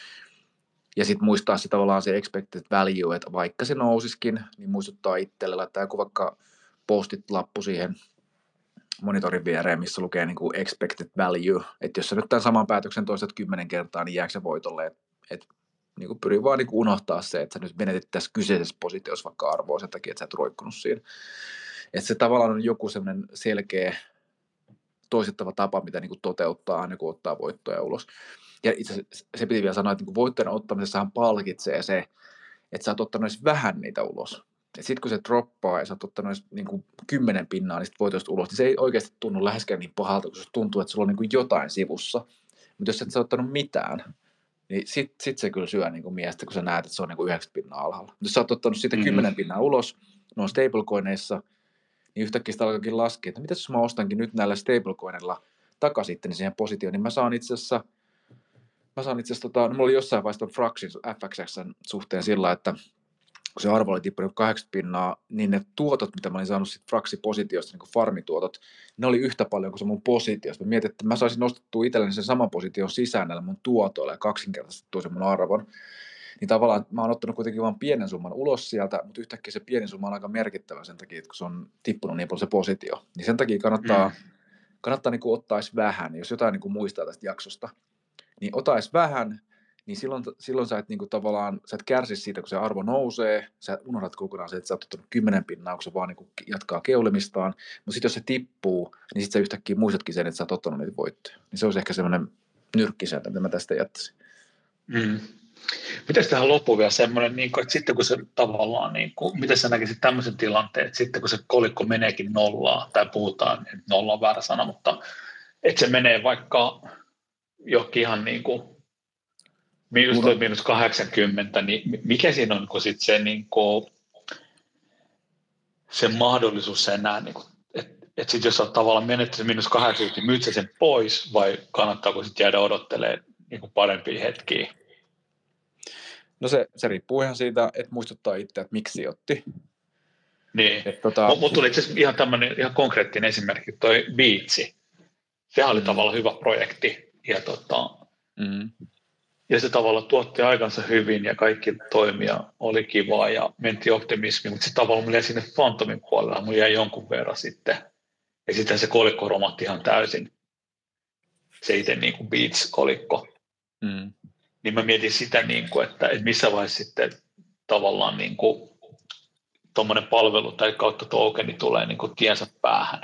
Ja sitten muistaa se tavallaan se expected value, että vaikka se nousiskin, niin muistuttaa itselle, laittaa joku vaikka postit-lappu siihen monitorin viereen, missä lukee niin kuin expected value, että jos sä nyt tämän saman päätöksen toistat 10 kertaa, niin jääkö se voitolle, että niin kuin pyri vaan niin kuin unohtaa se, että sä nyt menetit tässä kyseisessä positiossa vaikka arvoa sen takia, että sä et roikkunut siinä. Että se tavallaan on joku semmoinen selkeä toistettava tapa, mitä niin kuin toteuttaa aina kun ottaa voittoja ulos. Ja itse asiassa se piti vielä sanoa, että niin voittojen ottamisessahan palkitsee se, että sä oot ottanut edes vähän niitä ulos. Sitten kun se droppaa ja sä oot ottanut edes niin 10 pinnaa niistä voitoista ulos, niin se ei oikeasti tunnu läheskään niin pahalta, kun se tuntuu, että sulla on niin kuin jotain sivussa. Mutta jos et sä ottanut mitään, niin sit se kyllä syö niin kuin miestä, kun sä näet, että se on niin kuin 9 pinnaa alhaalla. Jos sä oot ottanut siitä 10 pinnaa ulos, ne on stablecoineissa, niin yhtäkkiä sitä alkaakin laskea, että mitäs jos mä ostankin nyt näillä stablecoinilla takaisin siihen positioon, niin mä saan itse asiassa, mulla oli jossain vaiheessa Fraxin FXXn suhteen sillä, että kun se arvo oli tippunut 80 pinnaa, niin ne tuotot, mitä mä olin saanut sit Fraxi-positiosta, niin kuin farmituotot, ne oli yhtä paljon kuin se mun positiosta. Mä mietin, että mä saisin nostettua itselleni sen saman position sisään näillä mun tuotoilla ja kaksinkertaistettua sen mun arvon. Niin tavallaan mä oon ottanut kuitenkin vain pienen summan ulos sieltä, mutta yhtäkkiä se pieni summa on aika merkittävä sen takia, että kun se on tippunut niin paljon se positio. Niin sen takia kannattaa niin kuin ottaa vähän, jos jotain niin kuin muistaa tästä jaksosta, niin otais vähän, niin silloin sä et, niin kuin tavallaan, sä et kärsi siitä, kun se arvo nousee, sä unohdat kokonaan se, että sä oot ottanut 10 pinnaa, kun se vaan niin kuin jatkaa keulimistaan, mutta sitten jos se tippuu, niin sitten sä yhtäkkiä muistatkin sen, että sä oot ottanut niitä voittoja. Niin se olisi ehkä semmoinen nyrkkisääntö, mitä mä tästä jättäisin. Mitäs tähän loppuun vielä semmoinen, että sitten kun se tavallaan, miten sä näkisit tämmöisen tilanteen, että sitten kun se kolikko meneekin nollaan, tai puhutaan, että nolla on väärä sana, mutta että se menee vaikka johonkin ihan miinus 80, niin mikä siinä on sitten se, se mahdollisuus se enää, että sitten jos sä tavallaan menettäisi miinus 80, niin myyt sä sen pois, vai kannattaako sitten jäädä odottelemaan parempia hetkiä? No se riippuu ihan siitä, että muistuttaa itse, että miksi otti. Niin, mutta tuli itse asiassa ihan tämmöinen ihan konkreettinen esimerkki, toi Beatsi. Sehän oli tavallaan hyvä projekti, ja se tavallaan tuotti aikansa hyvin, ja kaikki toimia oli kivaa, ja mentiin optimismiin, mutta sitten tavallaan mulla jäi sinne Phantomin puolella, mulla jäi jonkun verran sitten, ja sitten se kolikko romahti ihan täysin, se itse Beats-kolikko. Niin mä mietin sitä, niin kuin, että missä vaiheessa sitten tavallaan niin kuin tuommoinen palvelu tai kautta tokeni tulee niin kuin tiensä päähän.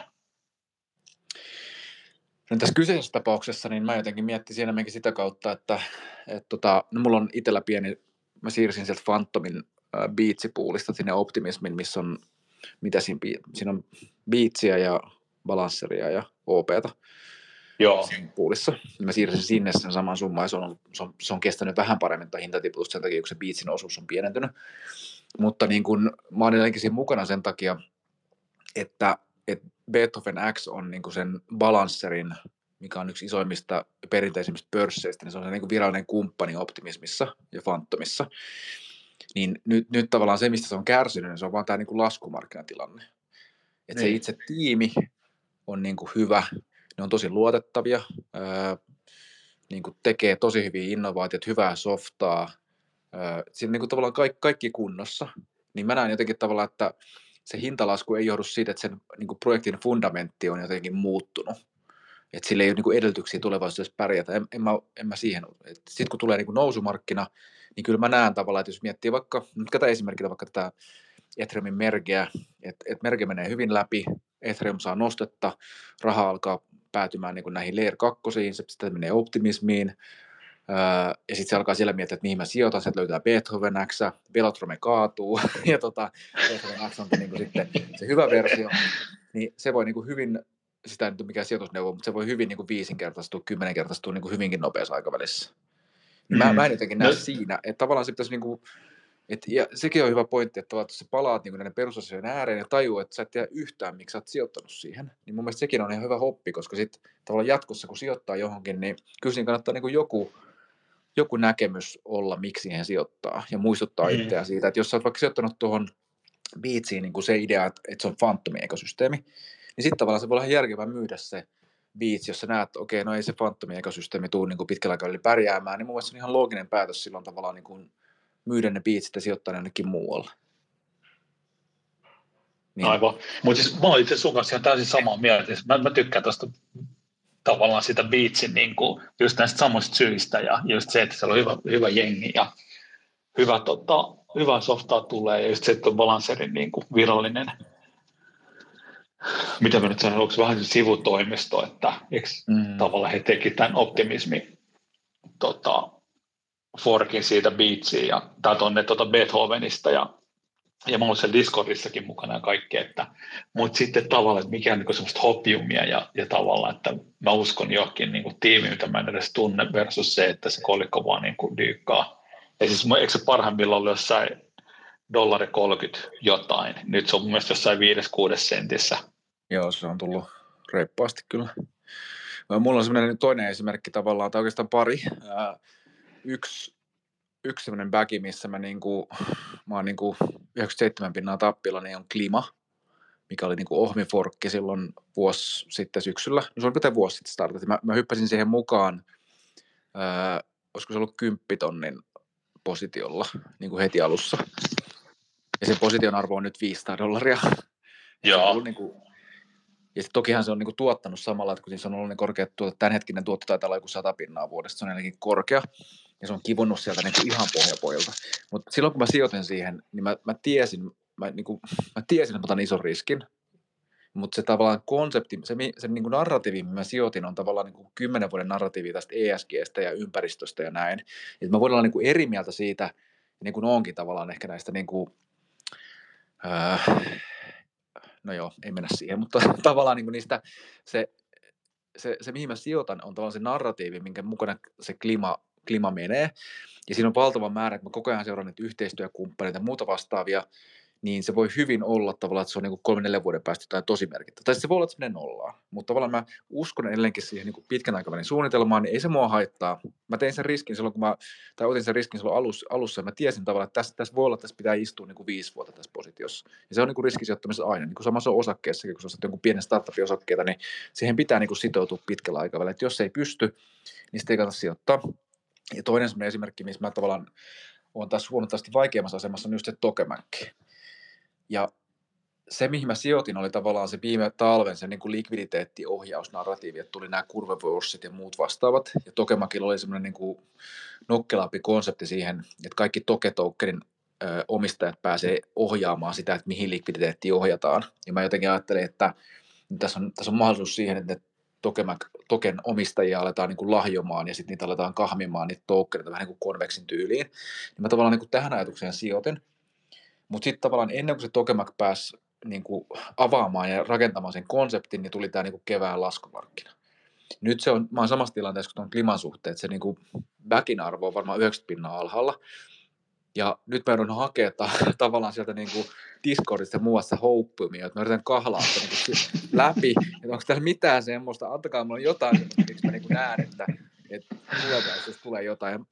No tässä kyseisessä tapauksessa niin mä jotenkin miettisin enemmänkin sitä kautta, että no mulla on itsellä pieni, mä siirsin sieltä Phantomin Beatsipoolista sinne Optimismin, missä on, mitä siinä on Beatsia ja Balanceria ja OPta. Joo. Siinä poolissa. Mä siirsin sinne sen saman summan, ja se on kestänyt vähän paremmin tai hintatiputus sen takia, kun se Beatsin osuus on pienentynyt. Mutta niin kun, mä olen edelleenkin siinä mukana sen takia, että Beethoven X on niin kuin sen Balancerin, mikä on yksi isoimmista perinteisimmistä pörsseistä, niin se on se niin kuin virallinen kumppani Optimismissa ja Phantomissa. Niin nyt tavallaan se, mistä se on kärsinyt, niin se on vaan tämä niin kuin laskumarkkinatilanne. Että se itse tiimi on niin kuin hyvä, ne on tosi luotettavia, niin kuin tekee tosi hyviä innovaatioita, hyvää softaa, siinä niin kuin tavallaan kaikki kunnossa. Niin mä näen jotenkin tavallaan, että se hintalasku ei johdu siitä, että sen niin kuin projektin fundamentti on jotenkin muuttunut. Että sillä ei ole niin kuin edellytyksiä tulevaisuudessa pärjätä. En mä siihen. Sitten kun tulee niin kuin nousumarkkina, niin kyllä mä näen tavallaan, että jos miettii vaikka, nyt käytetään esimerkkinä vaikka tätä Ethereumin mergeä, että merge menee hyvin läpi, Ethereum saa nostetta, raha alkaa päätymään niin kuin näihin Layer 2, se sitten menee Optimismiin, ja sitten se alkaa siellä miettiä, että mihin mä sijoitan, sieltä löytää Beethoven X, Velotrome kaatuu, ja Beethoven X onkin niin kuin sitten se hyvä versio, niin se voi niin kuin hyvin, sitä ei nyt ole mikään sijoitusneuvo, mutta se voi hyvin niin kuin 5-kertaistua, 10-kertaistua niin kuin hyvinkin nopeassa aikavälissä. Mä en jotenkin näe siinä, että tavallaan se pitäisi niin kuin, ja sekin on hyvä pointti, että sä palaat niin näiden perusasioiden ääreen ja tajuu, että sä et tiedä yhtään, miksi sä oot sijoittanut siihen. Niin mun mielestä sekin on ihan hyvä hoppi, koska sitten tavallaan jatkossa, kun sijoittaa johonkin, niin kyllä siinä kannattaa niin kuin joku näkemys olla, miksi siihen sijoittaa, ja muistuttaa itseään siitä, että jos sä oot vaikka sijoittanut tuohon Beatsiin niin kuin se idea, että se on Phantomin ekosysteemi, niin sitten tavallaan se voi olla järkevää myydä se Beats, jos sä näet, että okei, no ei se Phantomin ekosysteemi tule niin kuin pitkällä aikavälillä pärjäämään, niin mun mielestä se on ihan looginen päätös silloin tavallaan niin kuin myydä ne Beatsit ja sijoittaa ne jonnekin muualle. Niin. Aivan. Mutta siis mä olen itse sun kanssa ihan täysin samaa mieltä. Mä tykkään tuosta tavallaan sitä Beatsin niin kuin, just näistä samoista syistä ja just se, että siellä on hyvä jengi ja hyvä softaa tulee ja just se, että on Balancerin niin kuin virallinen, mitä mä nyt sanon, onko vähän sivutoimisto, että tavallaan he teki tämän Optimismin forkin siitä Beatsiin ja tää tuonne Beethovenista ja mä olen siellä Discordissakin mukana ja kaikki, mutta sitten tavallaan, että mikä on niin semmoista hoppiumia ja tavallaan, että mä uskon johonkin niin tiimiin, mitä mä en edes tunne versus se, että se kolikko vaan niin dyykkaa. Ja siis eikö se parhaimmillaan ole jossain $30 jotain, nyt se on mun mielestä jossain 5-6 sentissä. Joo, se on tullut reippaasti kyllä. Mulla on semmoinen toinen esimerkki tavallaan, tai oikeastaan pari. Yksi semmoinen bagi, missä mä oon 97% tappilla, niin on Klima, mikä oli Ohmi-forkki silloin vuosi sitten syksyllä. No se oli pitää vuosi sitten startati. Mä hyppäsin siihen mukaan, olisiko se ollut 10 tonnin positiolla niin kuin heti alussa. Ja sen position arvo on nyt $500. Joo. Ja tokihan se on tuottanut samalla, että kun se on ollut niin korkea tuotto, tämänhetkinen tuotto taitaa olla joku 100% vuodesta, se on ainakin korkea. Ja se on kivunut sieltä ihan pohjapoilta. Mutta silloin kun mä sijoitin siihen, niin mä tiesin, että mä otan ison riskin. Mutta se tavallaan konsepti, se narratiivi, mitä mä sijoitin, on tavallaan 10 vuoden narratiivi tästä ESGstä ja ympäristöstä ja näin. Et mä voin olla eri mieltä siitä, niin kuin onkin tavallaan ehkä näistä, no joo, ei mennä siihen, mutta tavallaan niistä se mihin mä sijoitan, on tavallaan se narratiivi, minkä mukana se klima menee. Ja siinä on valtava määrä, että mä koko ajan seuraan yhteistyökumppaneita ja muuta vastaavia, niin se voi hyvin olla tavallaan, että se on 3-4 vuoden päästä jotain tosi merkittävää. Tai se voi olla, että se menee nollaan. Mutta tavallaan mä uskon edelleenkin siihen pitkän aikavälin suunnitelmaan, niin ei se mua haittaa. Mä tein sen riskin silloin, otin sen riskin silloin alussa, ja mä tiesin tavallaan, että tässä voi olla, että tässä pitää istua 5 vuotta tässä positiossa. Ja se on riskisijoittamisessa aina. Niin kuin samassa on osakkeessakin, kun sä ostat jonkun pienen startupin osakkeita, niin siihen pitää sitoutua pitkällä aikavälillä. Että jos se ei pysty, niin sitä ei kannata sijoittaa. Ja toinen sellainen esimerkki, missä mä tavallaan olen tässä huomattavasti vaikeammassa asemassa, on just se Tokemäkki. Ja se, mihin mä sijoitin, oli tavallaan se viime talven se niin kuin likviditeettiohjausnarratiivi, että tuli nämä kurvevuossit ja muut vastaavat. Ja Tokemakilla oli semmoinen niin kuin nokkelampi konsepti siihen, että kaikki Toke-tokenin omistajat pääsee ohjaamaan sitä, että mihin likviditeettiin ohjataan. Ja mä jotenkin ajattelin, että tässä on mahdollisuus siihen, että Token omistajia aletaan niin kuin lahjomaan ja sitten niitä aletaan kahmimaan niitä tokeneita vähän niin kuin konveksin tyyliin. Niin mä tavallaan niin kuin tähän ajatukseen sijoitin. Mutta sitten tavallaan ennen kuin se Tokemak pääsi niin kuin avaamaan ja rakentamaan sen konseptin, niin tuli tämä niin kuin kevään laskumarkkina. Nyt mä oon samassa tilanteessa kuin tuon kliman suhteen, että se niin kuin backin arvo on varmaan 90% alhaalla. Ja nyt mä joudun hakemaan tavallaan sieltä niin kuin Discordista ja muuassa houppumia, että mä yritän kahlaa sitä niin läpi, että onko täällä mitään semmoista, antakaa mulle jotain semmoista, miksi mä niin kuin näen, että tulevaisuudessa tulee jotain.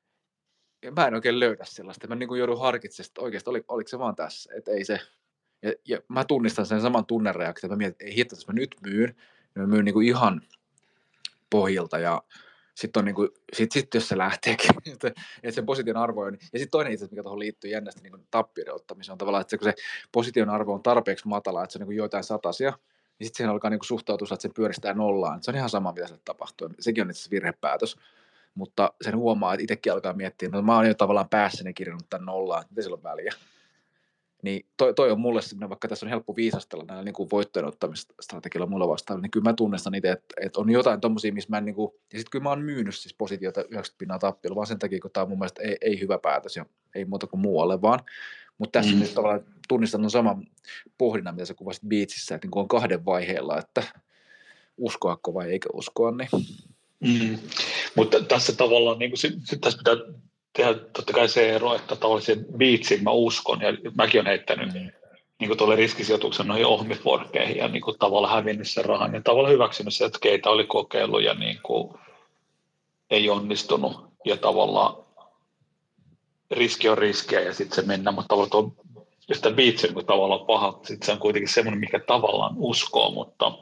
Ja mä en oikein löydä sellaista. Mä niin kuin joudun harkitsemaan, että oikeasti oliko se vaan tässä, että ei se. Ja mä tunnistan sen saman tunnereaktion, että mä mietin, että ei hitto, jos mä nyt myyn, niin mä myyn niin kuin ihan pohjilta ja sitten on niinku, sit jos se lähteekin, että sen position arvo on, ja sitten toinen itse asiassa, mikä tuohon liittyy jännästi niin tappioiden ottamiseen, on tavallaan, että kun se position arvo on tarpeeksi matala, että se on niin joitain satasia, niin sitten siihen alkaa niin suhtautua, että se pyöristää nollaan. Se on ihan sama, mitä se tapahtuu. Sekin on itse asiassa virhepäätös, mutta sen huomaa, että itsekin alkaa miettiä, että mä oon jo tavallaan päässäni kirjannut tämän nollaan, että mitä sillä on väliä. Niin toi on mulle semmoinen, vaikka tässä on helppo viisastella näillä niin voittojen ottamistrategialla mulla vastaavilla, niin kyllä mä tunnistan itse, että on jotain tommosia, missä mä en niin kuin, ja sitten kyllä mä oon myynyt siis positiota 90% tappiolla, vaan sen takia, kun tää on mun mielestä ei hyvä päätös ja ei muuta kuin muualle vaan. Mutta tässä nyt tavallaan tunnistan on saman pohdinnan, mitä sä kuvasit Beatsissä, että niin on kahden vaiheella, että uskoako vai eikö uskoa, niin. Mutta tässä tavallaan, niin kuin, tässä pitää tehdä totta kai se ero, että tavallisen Beatsin mä uskon, ja mäkin olen heittänyt niin kuin tuolle riskisijoituksen noihin ohmiforkeihin ja niin kuin tavallaan hävinnyt sen rahan ja tavallaan hyväksynyt se, että keitä oli kokeillut ja niin kuin ei onnistunut ja tavallaan riski on riskiä ja sitten se mennään, mutta tavallaan tuo, jos tämä Beats on tavallaan paha, sitten se on kuitenkin semmoinen, mikä tavallaan uskoo, mutta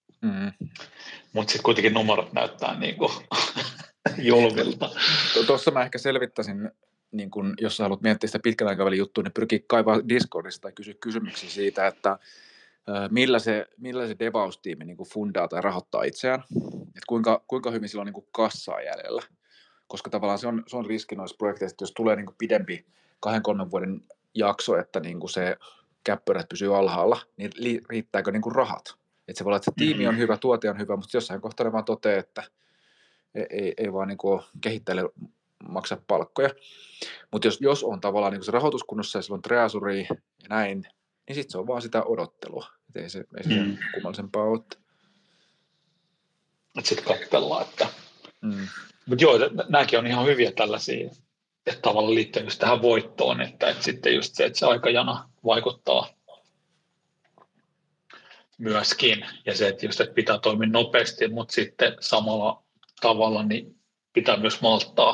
sitten kuitenkin numerot näyttää niin kuin julmilta. Tuossa mä ehkä selvittäisin, niin kun, jos sä haluat miettiä sitä pitkän aikavälin juttua, niin pyrkii kaivaa Discordista tai kysyä kysymyksiä siitä, että millä se devaustiimi niin fundaa tai rahoittaa itseään, että kuinka hyvin sillä on niin kassaa jäljellä, koska tavallaan se on riski noissa projekteissa, että jos tulee niin pidempi 2-3 vuoden jakso, että niin se käppyrät pysyy alhaalla, niin riittääkö niin rahat? Että se voi olla, että se tiimi on hyvä, tuote on hyvä, mutta jossain kohtaa ne vaan toteaa, että ei vaan niin kehittäjälle maksa palkkoja. Mutta jos on tavallaan niin se rahoituskunnossa ja sillä on treasury ja näin, niin sitten se on vaan sitä odottelua. Et ei se kummallisempaa ole. Sitten katsellaan. Mutta joo, nämäkin on ihan hyviä tällaisia, että tavallaan liittyy just tähän voittoon, että sitten just se, että se aikajana vaikuttaa myöskin. Ja se, että just että pitää toimia nopeasti, mutta sitten samalla tavalla niin pitää myös malttaa.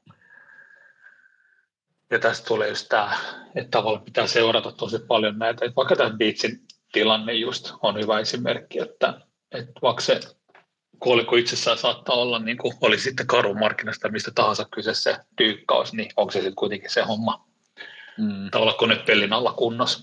Ja tästä tulee just tämä, että tavallaan pitää seurata tosi paljon näitä. Että vaikka tämä Beatsin tilanne just on hyvä esimerkki, että vaikka se kolikko itsessään saattaa olla, niin kuin oli sitten karun markkinasta mistä tahansa kyse se dyykkaus, niin onko se sitten kuitenkin se homma tavallaan konepellin alla kunnossa.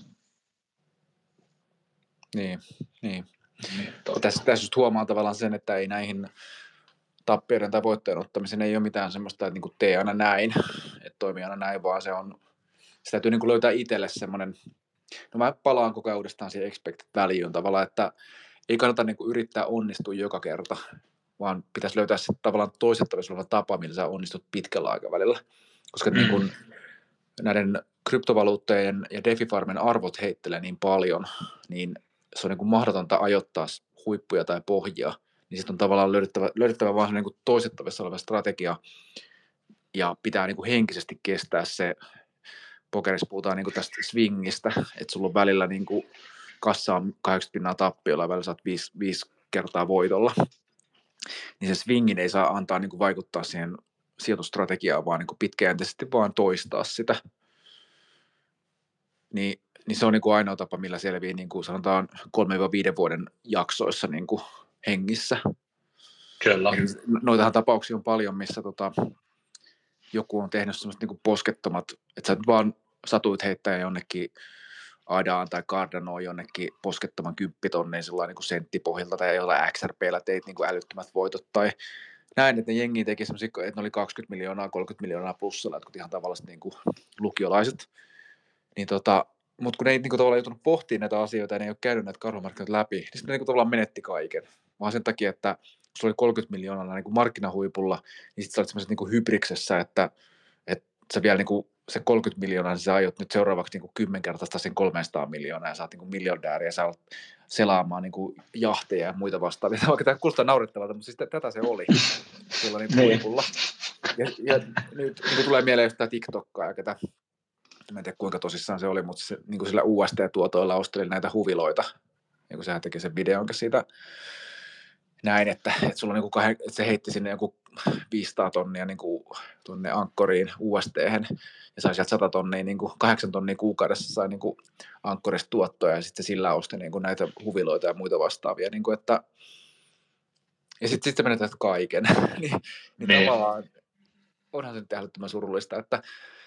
Niin. Tässä just huomaa tavallaan sen, että ei näihin tappioiden tai voittojen ottamisen ei ole mitään semmoista, että niin kuin tee aina näin, että toimii aina näin, vaan se täytyy niin kuin löytää itselle semmoinen, no mä palaan koko ajan uudestaan siihen expected valueen tavallaan, että ei kannata niin kuin yrittää onnistua joka kerta, vaan pitäisi löytää se tavallaan toistettavissa oleva tapa, millä sä onnistut pitkällä aikavälillä, koska niin kuin näiden kryptovaluuttojen ja DeFi-farmen arvot heittelee niin paljon, niin se on niin kuin mahdotonta ajoittaa huippuja tai pohjia, niin sitten on tavallaan löydettävä vaan niin kuin toistettavissa oleva strategia, ja pitää niin kuin henkisesti kestää se, pokerissa puhutaan niin kuin tästä swingistä, että sulla on välillä niin kuin kassa on 80% tappiolla ja välillä saat 5 kertaa voitolla, niin se swingin ei saa antaa niin kuin vaikuttaa siihen sijoitusstrategiaan, vaan niin kuin pitkäjänteisesti vaan toistaa sitä. Niin se on niin kuin ainoa tapa, millä selviää niin kuin sanotaan 3-5 vuoden jaksoissa niin kuin hengissä. Kyllä. Noitahan tapauksia on paljon, missä joku on tehnyt semmoiset niin kuin poskettomat, että sä vaan satuit heittää jonnekin Adaan tai Cardanoon jonnekin poskettoman 10 tonnin sellainen niin senttipohjalta tai jollain XRP:llä teit niin kuin älyttömät voitot tai näin, että ne jengi teki semmoisia, että ne oli 20 miljoonaa, 30 miljoonaa plussalla, jotkut ihan tavalliset niin kuin lukiolaiset. Niin mutta kun ne ei niin kuin tavallaan joutunut pohtimaan näitä asioita ja ne ei ole käynyt näitä karhumarkkinoita läpi, niin sitten ne niin kuin tavallaan menetti kaiken. Vaan sen takia, että sulla oli 30 miljoonaa niin kuin markkinahuipulla, niin sitten sä olit semmoisessa niin kuin hybriksessä, että sä vielä niin kuin se 30 miljoonaa, niin sä aiot nyt seuraavaksi niin 10-kertaista sen 300 miljoonaa ja sä oot niin miljardääri ja sä oot selaamaan niin kuin jahteja ja muita vastaavia. Vaikka tämä kuulostaa naurettavalta, mutta siis tätä se oli silloin niin huipulla. Ja nyt niin tulee mieleen just tämä TikTokkaa ja ketä, mä en tiedä kuinka tosissaan se oli, mutta se, niin kuin sillä UST-tuotoilla osteli näitä huviloita. Ja kun sehän teki sen videonkin siitä näin, että sulla on niin että se heitti sinne joku 500 tonnia niin kuin tuonne ankkoriin UST:hen ja sai sieltä 100 tonnia, niin kuin 8 tonnia kuukaudessa sai niin kuin ankkorista tuottoja ja sitten sillä osti niin kuin näitä huviloita ja muita vastaavia. Niin kuin, että ja sitten menetät kaiken. niin tavallaan onhan se nyt älyttömän surullista, että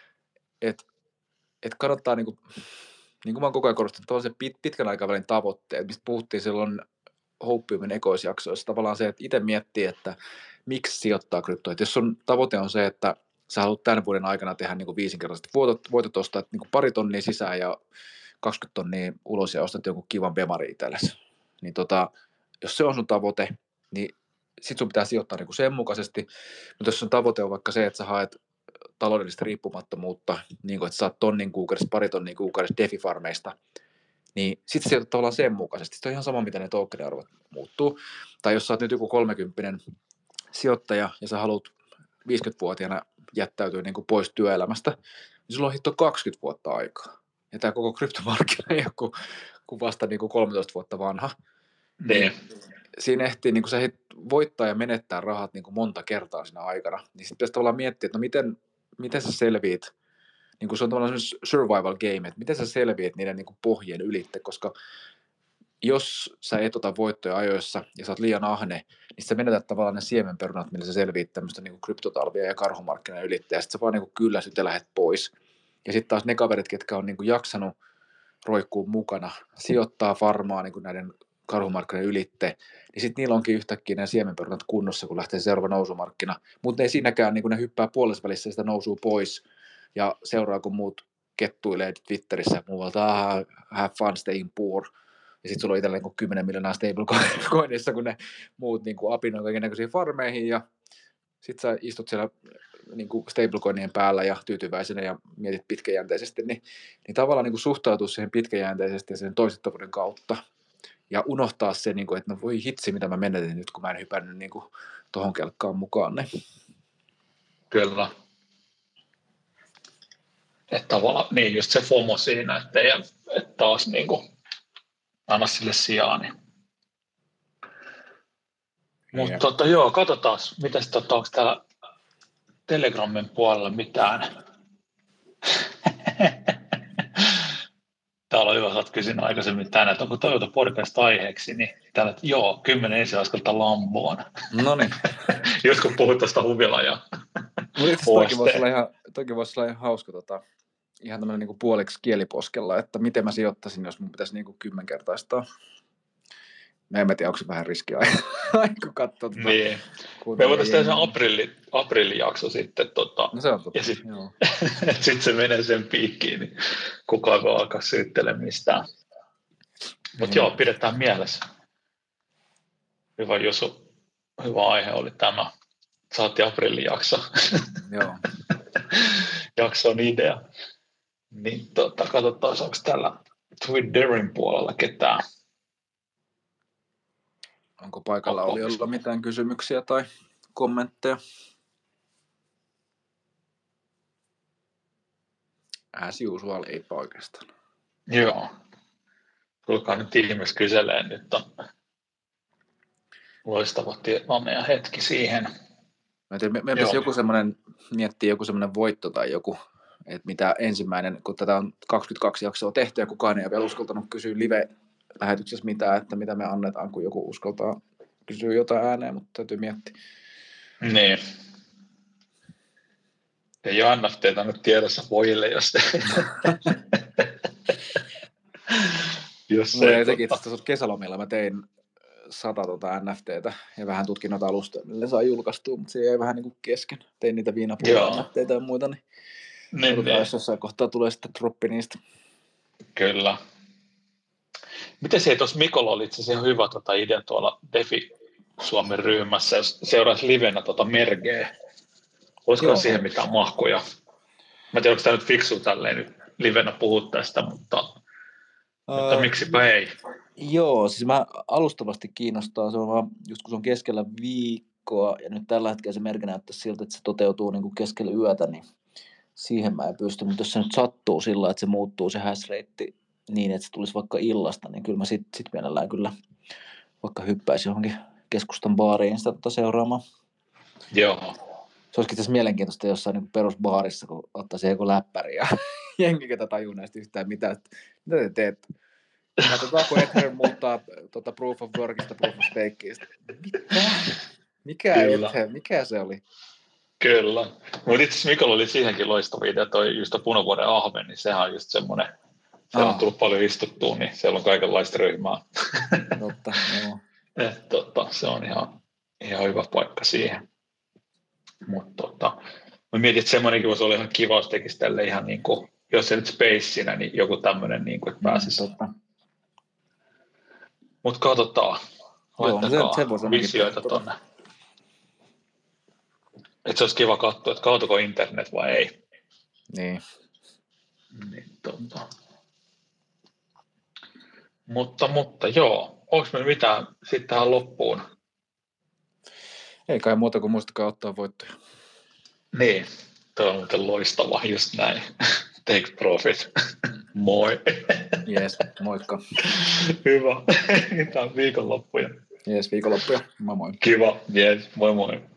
kannattaa niin kuin mä oon koko ajan korostanut, se pitkän aikavälin tavoitteet, mistä puhuttiin silloin Hopiumin ekoisjaksoissa, tavallaan se, että itse miettii, että miksi sijoittaa kryptoon. Jos sun tavoite on se, että sä haluat tämän vuoden aikana tehdä niin kuin 5-kertaiset voitot ostaa niin kuin 2 tonnia sisään ja 20 tonnia ulos ja ostat jonkun kivan bemari itsellesi, niin jos se on sun tavoite, niin sit sun pitää sijoittaa niin kuin sen mukaisesti, mutta jos sun tavoite on vaikka se, että sä haet taloudellista riippumattomuutta, niin kuin, että saat tonnin kuukaudessa, 2 tonnia kuukaudessa DeFi-farmeista, niin sitten sijoitat tavallaan sen mukaisesti. Sitten on ihan sama, miten ne token-arvot muuttuu. Tai jos sä oot nyt joku 30 sijoittaja ja sä haluat 50-vuotiaana jättäytyä niin kuin pois työelämästä, niin sulla on hitto 20 vuotta aikaa. Ja tämä koko kryptomarkkina ei ole kuin vasta niin kuin 13 vuotta vanha. Niin siinä ehtii, niin kuin sä voittaa ja menettää rahat niin kuin monta kertaa siinä aikana. Niin sitten pitäisi tavallaan miettiä, että no miten sä selviit, niin kuin se on tavallaan survival game, että miten sä selviät niiden niin kuin pohjien ylitte, koska jos sä et ota voittoja ajoissa ja sä oot liian ahne, niin sä menetät tavallaan ne siemenperunat, millä sä selviit tämmöistä niin kuin kryptotalvia ja karhumarkkinan ylitte, ja sitten sä vaan niin kuin kyllästyt ja lähdet pois. Ja sitten taas ne kaverit, ketkä on niin kuin jaksanut roikkuu mukana, sijoittaa farmaa niin kuin näiden karhumarkkinoiden ylitte, niin sitten niillä onkin yhtäkkiä ne siemenperunat kunnossa, kun lähtee seuraava nousumarkkina. Mutta ne ei siinäkään, niin kun ne hyppää puolessa välissä sitä nousuu pois ja seuraa, kun muut kettuilee Twitterissä muualta, have fun staying poor. Ja sitten sulla on itsellä niin 10 miljoonaa stablecoinissa, kun ne muut niin apinoi kaikennäköisiin farmeihin ja sitten sä istut siellä niin stablecoinien päällä ja tyytyväisenä ja mietit pitkäjänteisesti, niin tavallaan niin suhtautua siihen pitkäjänteisesti ja sen toistettavuuden kautta ja unohtaa se, niin kuin, että no voi hitsi, mitä mä menetin nyt, kun mä en hypännyt niin tuohon kelkkaan mukaan. Niin. Kyllä. Että tavallaan niin just se FOMO siinä, että taas niin kuin anna sille sijaa. Niin. Mutta joo, katsotaan, mitäs onko täällä Telegramin puolella mitään. Täällä on hyvä, sä oot kysynyt aikaisemmin tänään, että onko Toyota podcast aiheeksi, niin täällä, että joo, 10 ensiaskelta Lamboon. No niin. Just kun puhut tuosta huvila ja toki voisi olla ihan hauska ihan tämmöinen niin puoliksi kieliposkella, että miten mä sijoittaisin, jos mun pitäisi niin 10-kertaistaa. Mä en tiedä, onko se vähän riskiä kun katsoo. Niin. Me voitaisiin tehdä sen aprillijakso sitten. No se on totta, ja sitten se menee sen piikkiin, niin kukaan voi alkaa syyttelemään mistään. Mutta joo, pidetään mielessä. Hyvä Jusu, hyvä aihe oli tämä. Saatiin aprillijakso. Joo. Jakson idea. Niin katsotaan, onko täällä Twitterin puolella ketään. Onko paikalla olijoilla mitään kysymyksiä tai kommentteja? As usual, eipä oikeastaan. Joo. Tulkaa nyt ihmeessä kyseleen, nyt on loistava ja hetki siihen. Meidän pitäisi miettiä joku semmoinen voitto tai joku, että mitä ensimmäinen, kun tätä on 22 jaksoa tehty ja kukaan ei ole vielä uskaltanut kysyä live-lähetyksessä mitään, että mitä me annetaan, kun joku uskaltaa kysyä jotain ääneen, mutta täytyy miettiä. Niin. Ei ole NFTtä nyt tiedossa pojille, jos jos Mulla se ei sekin itse asiassa kesälomilla. Mä tein 100 NFTtä ja vähän tutkin noita alustoja, millä saa julkaistua, mutta se jäi vähän niin kuin kesken. Tein niitä viinapulloja NFTtä ja muita, niin katsotaan, jos jossain kohtaa tulee sitten droppi niistä. Kyllä. Miten se tuossa Mikolla oli itse asiassa hyvä idea tuolla Defi Suomen ryhmässä, jos seuraisi livenä Mergeä. Olisiko siihen mitään mahkuja? Mä en tiedä, onko tämä nyt fiksu tälleen nyt livenä puhua tästä, mutta miksipä ei? Joo, siis mä alustavasti kiinnostaa. Se on vaan, just kun se on keskellä viikkoa, ja nyt tällä hetkellä se merkki näyttää siltä, että se toteutuu niin kuin keskellä yötä, niin siihen mä en pysty. Mutta jos se nyt sattuu sillä, että se muuttuu se hash rate niin, että se tulisi vaikka illasta, niin kyllä mä sit mielellään kyllä vaikka hyppäisi johonkin keskustan baariin sitä seuraamaan. Joo. Se olisikin tässä mielenkiintoista jossain niin perusbaarissa, kun ottaisi joku läppäri ja jengi, ketä tajuu näistä yhtään mitä te teette. Katsotaanko Ethereum muuttaa proof of workista proof of stakeista. Mikä Ethereum? Mikä se oli? Kyllä. Mutta itse asiassa Mikolla oli siihenkin loistava idea, toi just Punavuoden ahven, niin sehän on just semmoinen, siellä on tullut paljon istuttua, niin siellä on kaikenlaista ryhmää. Totta, joo. Se on ihan hyvä paikka siihen. Mutta mä mietin, että semmoinenkin voisi olla ihan kiva, jos tekisi tälle ihan niin kuin, jos se nyt spaceina, niin joku tämmöinen, niin kuin, että pääsisi. Mutta katsotaan. Laittakaa visioita tonne. Että se olisi kiva katsoa, että kaatuko internet vai ei. Niin. Mutta joo, onko meillä mitään sitten tähän loppuun? Ei kai muuta kuin muistakaa ottaa voittoja. Niin, tuo on muuten loistava, just näin. Take profit. Moi. Jees, moikka. Hyvä. Tämä on viikonloppuja. Jees, viikonloppuja. Moi moi. Kiva. Jees, moi moi.